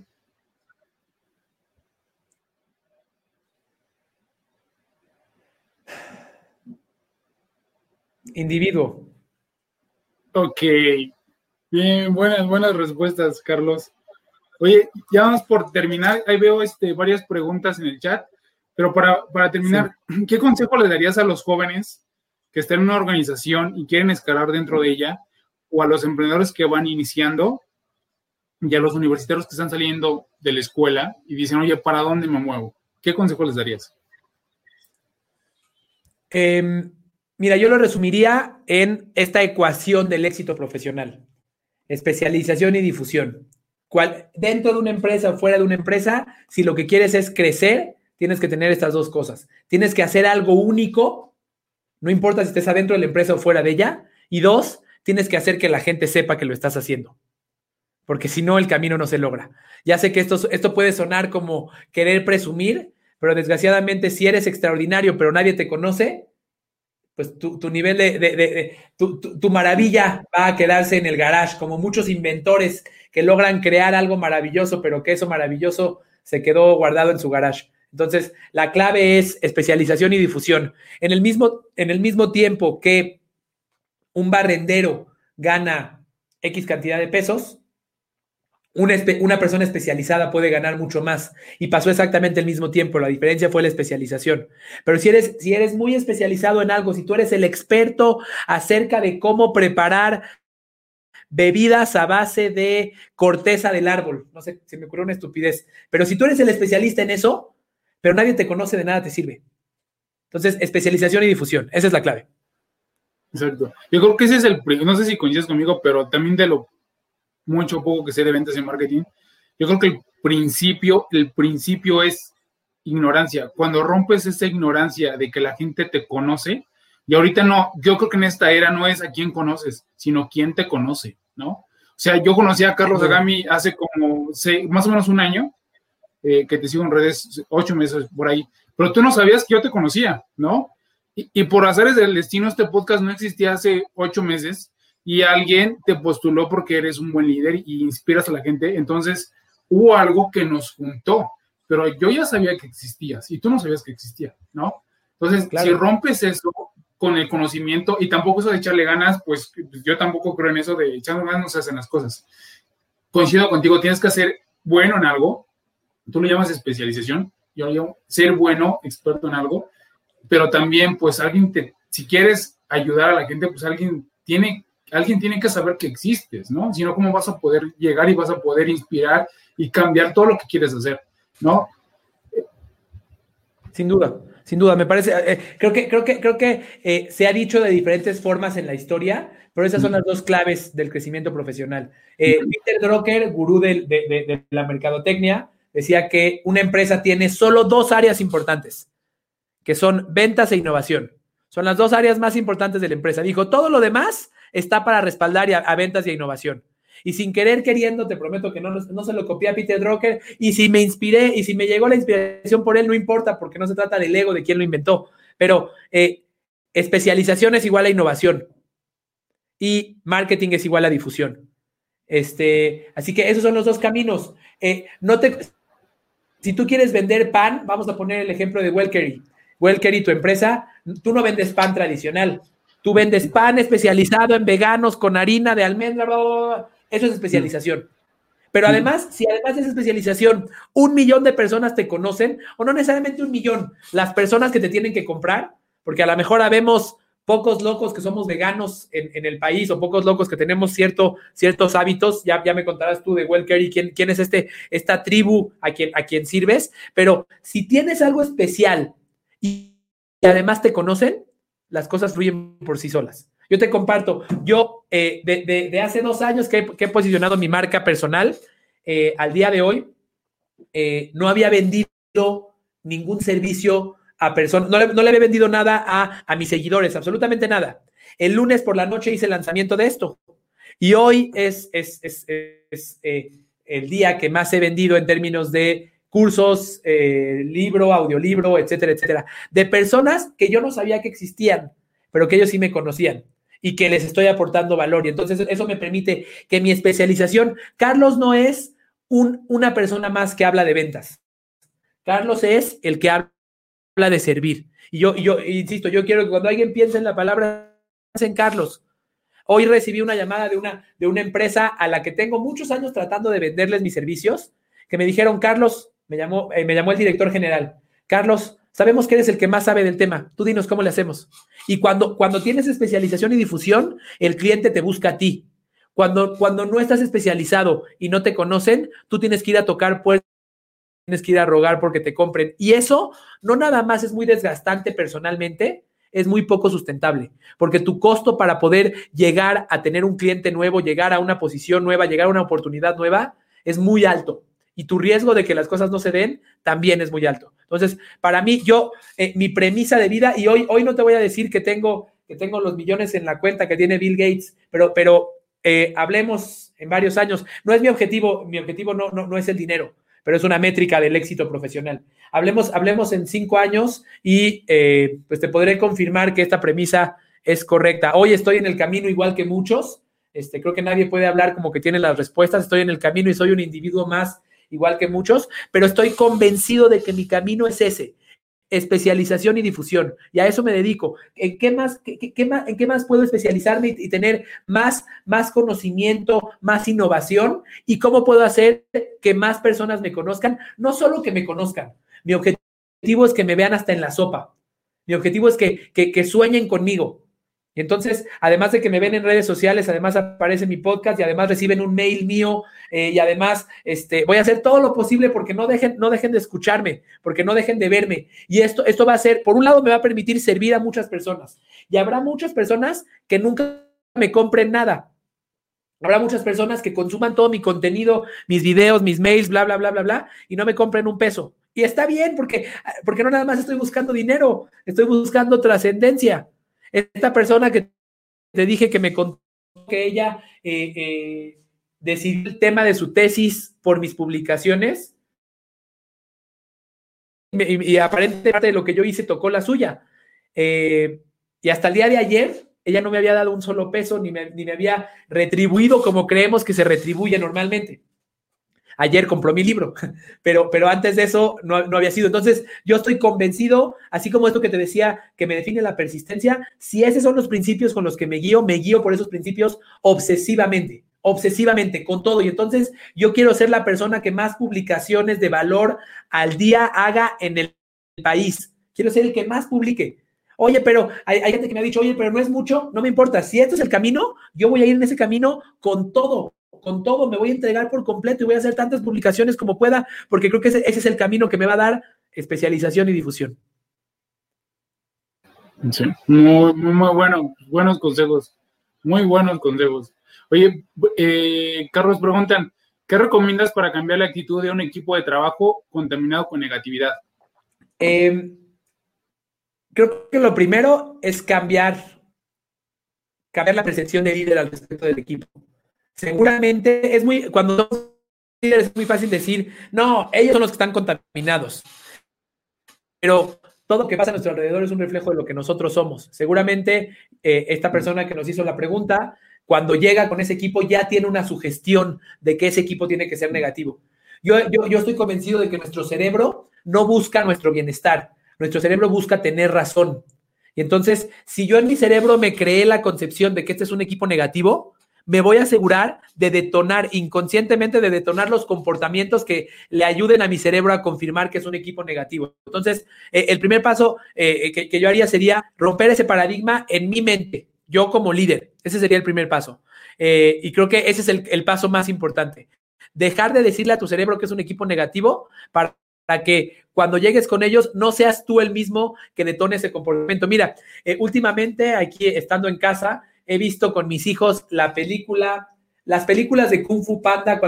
Individuo. Ok. Bien, buenas respuestas, Carlos. Oye, ya vamos por terminar. Ahí veo varias preguntas en el chat, pero para terminar, sí. ¿Qué consejo le darías a los jóvenes que están en una organización y quieren escalar dentro de ella, o a los emprendedores que van iniciando y a los universitarios que están saliendo de la escuela y dicen, oye, ¿para dónde me muevo? ¿Qué consejo les darías? Mira, yo lo resumiría en esta ecuación del éxito profesional: especialización y difusión. Dentro de una empresa o fuera de una empresa, si lo que quieres es crecer, tienes que tener estas dos cosas. Tienes que hacer algo único, no importa si estés adentro de la empresa o fuera de ella. Y dos, tienes que hacer que la gente sepa que lo estás haciendo, porque si no, el camino no se logra. Ya sé que esto puede sonar como querer presumir, pero desgraciadamente, si eres extraordinario pero nadie te conoce, pues tu nivel tu maravilla va a quedarse en el garage, como muchos inventores que logran crear algo maravilloso, pero que eso maravilloso se quedó guardado en su garage. Entonces, la clave es especialización y difusión. En el mismo tiempo que un barrendero gana X cantidad de pesos, una persona especializada puede ganar mucho más, y pasó exactamente el mismo tiempo. La diferencia fue la especialización. Pero si eres muy especializado en algo, si tú eres el experto acerca de cómo preparar bebidas a base de corteza del árbol, no sé, se me ocurrió una estupidez, pero si tú eres el especialista en eso, pero nadie te conoce, de nada te sirve. Entonces, especialización y difusión, esa es la clave. Exacto. Yo creo que ese es no sé si coincides conmigo, pero también de lo mucho o poco que sé de ventas y marketing, yo creo que el principio es ignorancia. Cuando rompes esa ignorancia de que la gente te conoce, y ahorita no, yo creo que en esta era no es a quién conoces, sino quién te conoce, ¿no? O sea, yo conocí a Carlos Agami hace como más o menos un año, que te sigo en redes, 8 meses por ahí, pero tú no sabías que yo te conocía, ¿no? Y por azares del destino, este podcast no existía hace 8 meses, y alguien te postuló porque eres un buen líder y inspiras a la gente. Entonces hubo algo que nos juntó, pero yo ya sabía que existías y tú no sabías que existía, ¿no? Entonces, Claro. si rompes eso con el conocimiento, y tampoco eso de echarle ganas, pues yo tampoco creo en eso de echando ganas no se hacen las cosas. Coincido contigo, tienes que ser bueno en algo, tú lo llamas especialización, yo lo llamo ser bueno, experto en algo, pero también, pues, si quieres ayudar a la gente, pues alguien tiene que saber que existes, ¿no? Si no, ¿cómo vas a poder llegar y vas a poder inspirar y cambiar todo lo que quieres hacer, ¿no? Sin duda, me parece, creo que se ha dicho de diferentes formas en la historia, pero esas son las dos claves del crecimiento profesional. Peter Drucker, gurú de la mercadotecnia, decía que una empresa tiene solo dos áreas importantes, que son ventas e innovación. Son las dos áreas más importantes de la empresa. Dijo, todo lo demás está para respaldar a ventas y a innovación. Y sin querer queriendo, te prometo que no se lo copié a Peter Drucker, y si me inspiré y si me llegó la inspiración por él, no importa, porque no se trata del ego de quién lo inventó, pero especialización es igual a innovación y marketing es igual a difusión. Así que esos son los dos caminos. Si tú quieres vender pan, vamos a poner el ejemplo de Wellcare, tu empresa, tú no vendes pan tradicional, tú vendes pan especializado en veganos con harina de almendra, bla, bla, bla. Eso es especialización. Pero además, si además de esa especialización 1 millón de personas te conocen, o no necesariamente 1 millón, las personas que te tienen que comprar, porque a lo mejor habemos pocos locos que somos veganos en el país, o pocos locos que tenemos ciertos hábitos, ya me contarás tú de Wellcare y quién es esta tribu a quien sirves, pero si tienes algo especial y además te conocen, las cosas fluyen por sí solas. Yo te comparto, yo de hace 2 años que he posicionado mi marca personal, al día de hoy, no había vendido ningún servicio a personas, no le había vendido nada a mis seguidores, absolutamente nada. El lunes por la noche hice el lanzamiento de esto y hoy es el día que más he vendido en términos de cursos, libro, audiolibro, etcétera, etcétera, de personas que yo no sabía que existían, pero que ellos sí me conocían y que les estoy aportando valor. Y entonces eso me permite que mi especialización, Carlos no es una persona más que habla de ventas. Carlos es el que habla de servir. Y yo insisto, yo quiero que cuando alguien piense en la palabra, piense en Carlos. Hoy recibí una llamada de una empresa a la que tengo muchos años tratando de venderles mis servicios, que me dijeron, Carlos, me llamó el director general. Carlos, sabemos que eres el que más sabe del tema. Tú dinos cómo le hacemos. Y cuando tienes especialización y difusión, el cliente te busca a ti. Cuando no estás especializado y no te conocen, tú tienes que ir a tocar puertas, tienes que ir a rogar porque te compren. Y eso no nada más es muy desgastante personalmente, es muy poco sustentable, porque tu costo para poder llegar a tener un cliente nuevo, llegar a una posición nueva, llegar a una oportunidad nueva, es muy alto. Y tu riesgo de que las cosas no se den también es muy alto. Entonces, para mí, mi premisa de vida, y hoy no te voy a decir que tengo los millones en la cuenta que tiene Bill Gates, pero hablemos en varios años. No es mi objetivo no es el dinero, pero es una métrica del éxito profesional. Hablemos en 5 años y pues te podré confirmar que esta premisa es correcta. Hoy estoy en el camino igual que muchos. Creo que nadie puede hablar como que tiene las respuestas. Estoy en el camino y soy un individuo más igual que muchos, pero estoy convencido de que mi camino es ese, especialización y difusión, y a eso me dedico. ¿En qué más puedo especializarme y tener más conocimiento, más innovación? ¿Y cómo puedo hacer que más personas me conozcan? No solo que me conozcan, mi objetivo es que me vean hasta en la sopa, mi objetivo es que sueñen conmigo. Y entonces, además de que me ven en redes sociales, además aparece mi podcast y además reciben un mail mío y además voy a hacer todo lo posible porque no dejen de escucharme, porque no dejen de verme. Y esto va a ser, por un lado, me va a permitir servir a muchas personas. Y habrá muchas personas que nunca me compren nada. Habrá muchas personas que consuman todo mi contenido, mis videos, mis mails, bla, bla, bla, bla, bla, y no me compren un peso. Y está bien porque no nada más estoy buscando dinero, estoy buscando trascendencia. Esta persona que te dije que me contó que ella decidió el tema de su tesis por mis publicaciones y aparentemente lo que yo hice tocó la suya. Y hasta el día de ayer ella no me había dado un solo peso ni me había retribuido como creemos que se retribuye normalmente. ayer compró mi libro, pero antes de eso no había sido. Entonces, yo estoy convencido, así como esto que te decía, que me define la persistencia, si esos son los principios con los que me guío por esos principios obsesivamente, con todo. Y entonces, yo quiero ser la persona que más publicaciones de valor al día haga en el país. Quiero ser el que más publique. Oye, pero hay gente que me ha dicho, oye, pero no es mucho, no me importa. Si esto es el camino, yo voy a ir en ese camino con todo, me voy a entregar por completo y voy a hacer tantas publicaciones como pueda, porque creo que ese es el camino que me va a dar especialización y difusión. Sí, muy bueno, buenos consejos, muy buenos consejos. Oye, Carlos, preguntan, ¿qué recomiendas para cambiar la actitud de un equipo de trabajo contaminado con negatividad? Creo que lo primero es cambiar la percepción de líder al respecto del equipo. Seguramente cuando somos líderes es muy fácil decir, no, ellos son los que están contaminados. Pero todo lo que pasa a nuestro alrededor es un reflejo de lo que nosotros somos. Seguramente esta persona que nos hizo la pregunta, cuando llega con ese equipo ya tiene una sugestión de que ese equipo tiene que ser negativo. Yo estoy convencido de que nuestro cerebro no busca nuestro bienestar. Nuestro cerebro busca tener razón. Y entonces, si yo en mi cerebro me creé la concepción de que este es un equipo negativo, me voy a asegurar de detonar, inconscientemente de detonar los comportamientos que le ayuden a mi cerebro a confirmar que es un equipo negativo. Entonces, el primer paso que yo haría sería romper ese paradigma en mi mente, yo como líder. Ese sería el primer paso. Y creo que ese es el paso más importante. Dejar de decirle a tu cerebro que es un equipo negativo para que cuando llegues con ellos no seas tú el mismo que detone ese comportamiento. Mira, últimamente aquí estando en casa he visto con mis hijos las películas de Kung Fu Panda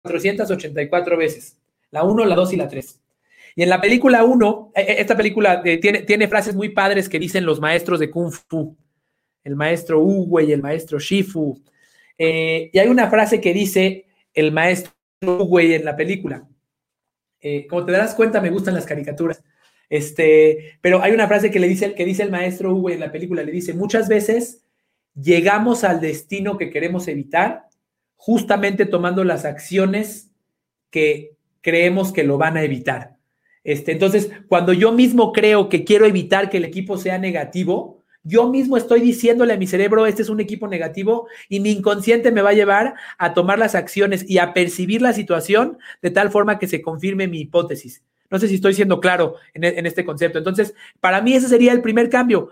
484 veces, la 1, la 2 y la 3. Y en la película 1, esta película tiene frases muy padres que dicen los maestros de Kung Fu, el maestro Wu y el maestro Shifu. Y hay una frase que dice el maestro Wu en la película. Como te darás cuenta, me gustan las caricaturas. Pero hay una frase que dice el maestro Hugo en la película, le dice, muchas veces llegamos al destino que queremos evitar justamente tomando las acciones que creemos que lo van a evitar. Entonces, cuando yo mismo creo que quiero evitar que el equipo sea negativo, yo mismo estoy diciéndole a mi cerebro, este es un equipo negativo, y mi inconsciente me va a llevar a tomar las acciones y a percibir la situación de tal forma que se confirme mi hipótesis. No sé si estoy siendo claro en este concepto. Entonces, para mí ese sería el primer cambio.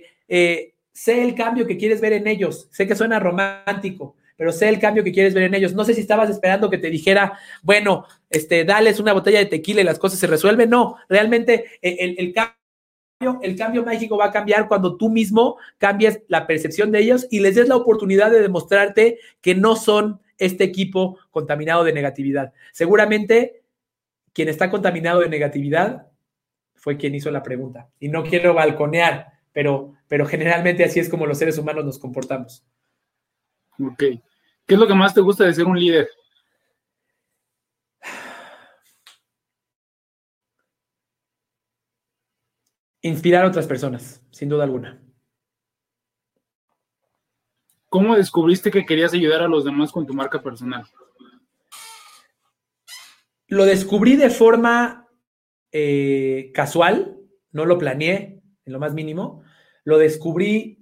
Sé el cambio que quieres ver en ellos. Sé que suena romántico, pero sé el cambio que quieres ver en ellos. No sé si estabas esperando que te dijera, bueno, dales una botella de tequila y las cosas se resuelven. No, realmente el cambio mágico va a cambiar cuando tú mismo cambies la percepción de ellos y les des la oportunidad de demostrarte que no son este equipo contaminado de negatividad. Seguramente quien está contaminado de negatividad fue quien hizo la pregunta. Y no quiero balconear, pero generalmente así es como los seres humanos nos comportamos. Ok. ¿Qué es lo que más te gusta de ser un líder? Inspirar a otras personas, sin duda alguna. ¿Cómo descubriste que querías ayudar a los demás con tu marca personal? Lo descubrí de forma casual, no lo planeé en lo más mínimo. Lo descubrí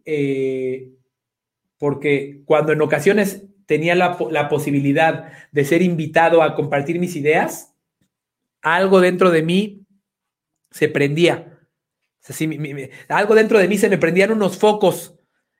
porque cuando en ocasiones tenía la posibilidad de ser invitado a compartir mis ideas, algo dentro de mí se prendía. O sea, algo dentro de mí se me prendían unos focos.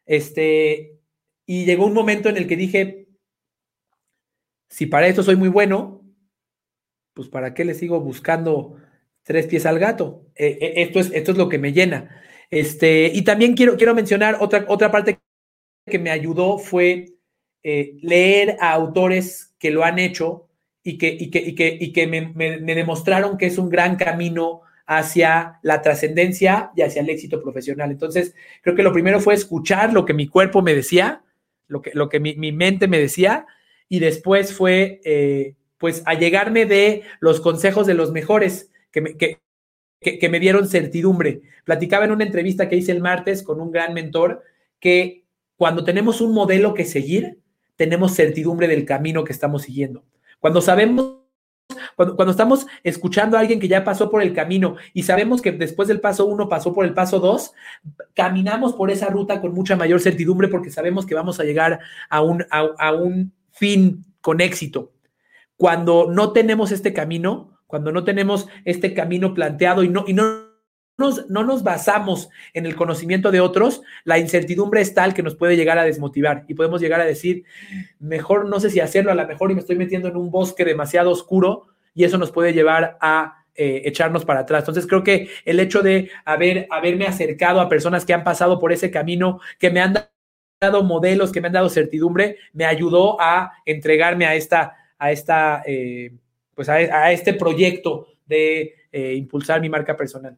Y llegó un momento en el que dije, si para esto soy muy bueno, pues ¿para qué le sigo buscando 3 pies al gato? Esto es lo que me llena. Y también quiero mencionar otra parte que me ayudó fue leer a autores que lo han hecho y que me demostraron que es un gran camino hacia la trascendencia y hacia el éxito profesional. Entonces, creo que lo primero fue escuchar lo que mi cuerpo me decía, lo que mi mente me decía, y después fue pues allegarme de los consejos de los mejores que me dieron certidumbre. Platicaba en una entrevista que hice el martes con un gran mentor que cuando tenemos un modelo que seguir, tenemos certidumbre del camino que estamos siguiendo. Cuando sabemos cuando estamos escuchando a alguien que ya pasó por el camino y sabemos que después del paso 1 pasó por el paso 2, caminamos por esa ruta con mucha mayor certidumbre porque sabemos que vamos a llegar a un fin con éxito. Cuando no tenemos este camino, planteado y no nos basamos en el conocimiento de otros, la incertidumbre es tal que nos puede llegar a desmotivar y podemos llegar a decir, mejor no sé si hacerlo, a lo mejor y me estoy metiendo en un bosque demasiado oscuro y eso nos puede llevar a echarnos para atrás. Entonces creo que el hecho de haberme acercado a personas que han pasado por ese camino, que me han dado modelos, que me han dado certidumbre, me ayudó a entregarme a este proyecto de impulsar mi marca personal.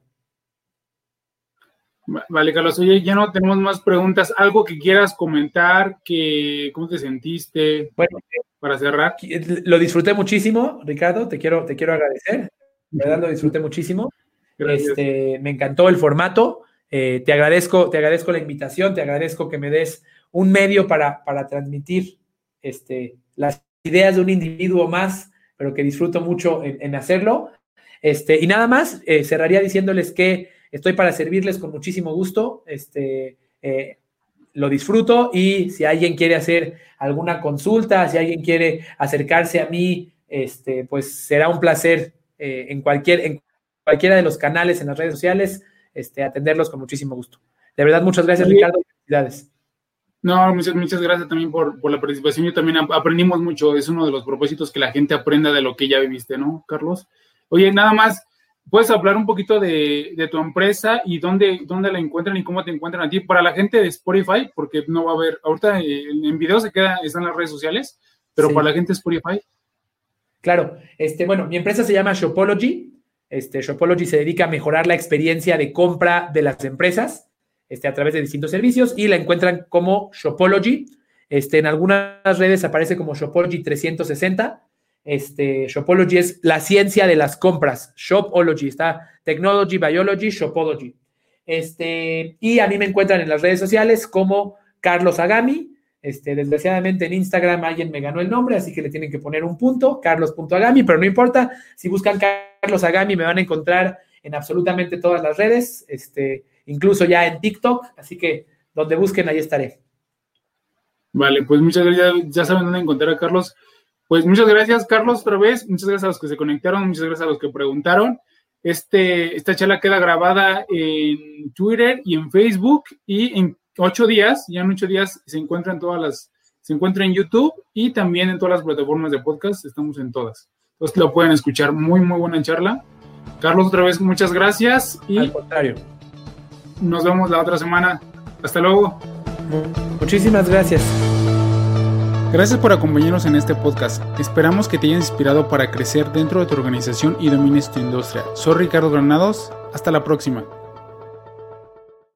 Vale, Carlos. Oye, ya no tenemos más preguntas. ¿Algo que quieras comentar? ¿Cómo te sentiste? Bueno, para cerrar. Lo disfruté muchísimo, Ricardo. Te quiero agradecer. De verdad, lo disfruté muchísimo. Me encantó el formato. Te agradezco la invitación. Te agradezco que me des un medio para transmitir las ideas de un individuo más, pero que disfruto mucho en hacerlo. Y nada más, cerraría diciéndoles que estoy para servirles con muchísimo gusto, lo disfruto y si alguien quiere hacer alguna consulta, si alguien quiere acercarse a mí, pues será un placer en cualquiera de los canales, en las redes sociales, atenderlos con muchísimo gusto. De verdad, muchas gracias, Ricardo. Felicidades. No, muchas gracias también por la participación. Yo también aprendimos mucho. Es uno de los propósitos que la gente aprenda de lo que ya viviste, ¿no, Carlos? Oye, nada más, ¿puedes hablar un poquito de tu empresa y dónde la encuentran y cómo te encuentran a ti? Para la gente de Spotify, porque no va a haber, ahorita en video están las redes sociales, pero sí. Para la gente de Spotify. Claro, bueno, mi empresa se llama Shopology. Shopology se dedica a mejorar la experiencia de compra de las empresas a través de distintos servicios y la encuentran como Shopology. En algunas redes aparece como Shopology 360. Shopology es la ciencia de las compras. Shopology, está Technology, Biology, Shopology. Y a mí me encuentran en las redes sociales como Carlos Agami. Desgraciadamente en Instagram alguien me ganó el nombre, así que le tienen que poner un punto, Carlos.agami, pero no importa. Si buscan Carlos Agami me van a encontrar en absolutamente todas las redes, incluso ya en TikTok, así que donde busquen, ahí estaré. Vale, pues muchas gracias, ya saben dónde encontrar a Carlos. Pues muchas gracias, Carlos, otra vez. Muchas gracias a los que se conectaron, muchas gracias a los que preguntaron. Esta charla queda grabada en Twitter y en Facebook y en 8 días se encuentra en YouTube y también en todas las plataformas de podcast, estamos en todas. Entonces lo pueden escuchar, muy, muy buena charla. Carlos, otra vez, muchas gracias. Y al contrario. Nos vemos la otra semana. Hasta luego. Muchísimas gracias. Gracias por acompañarnos en este podcast. Esperamos que te hayan inspirado para crecer dentro de tu organización y domines tu industria. Soy Ricardo Granados. Hasta la próxima.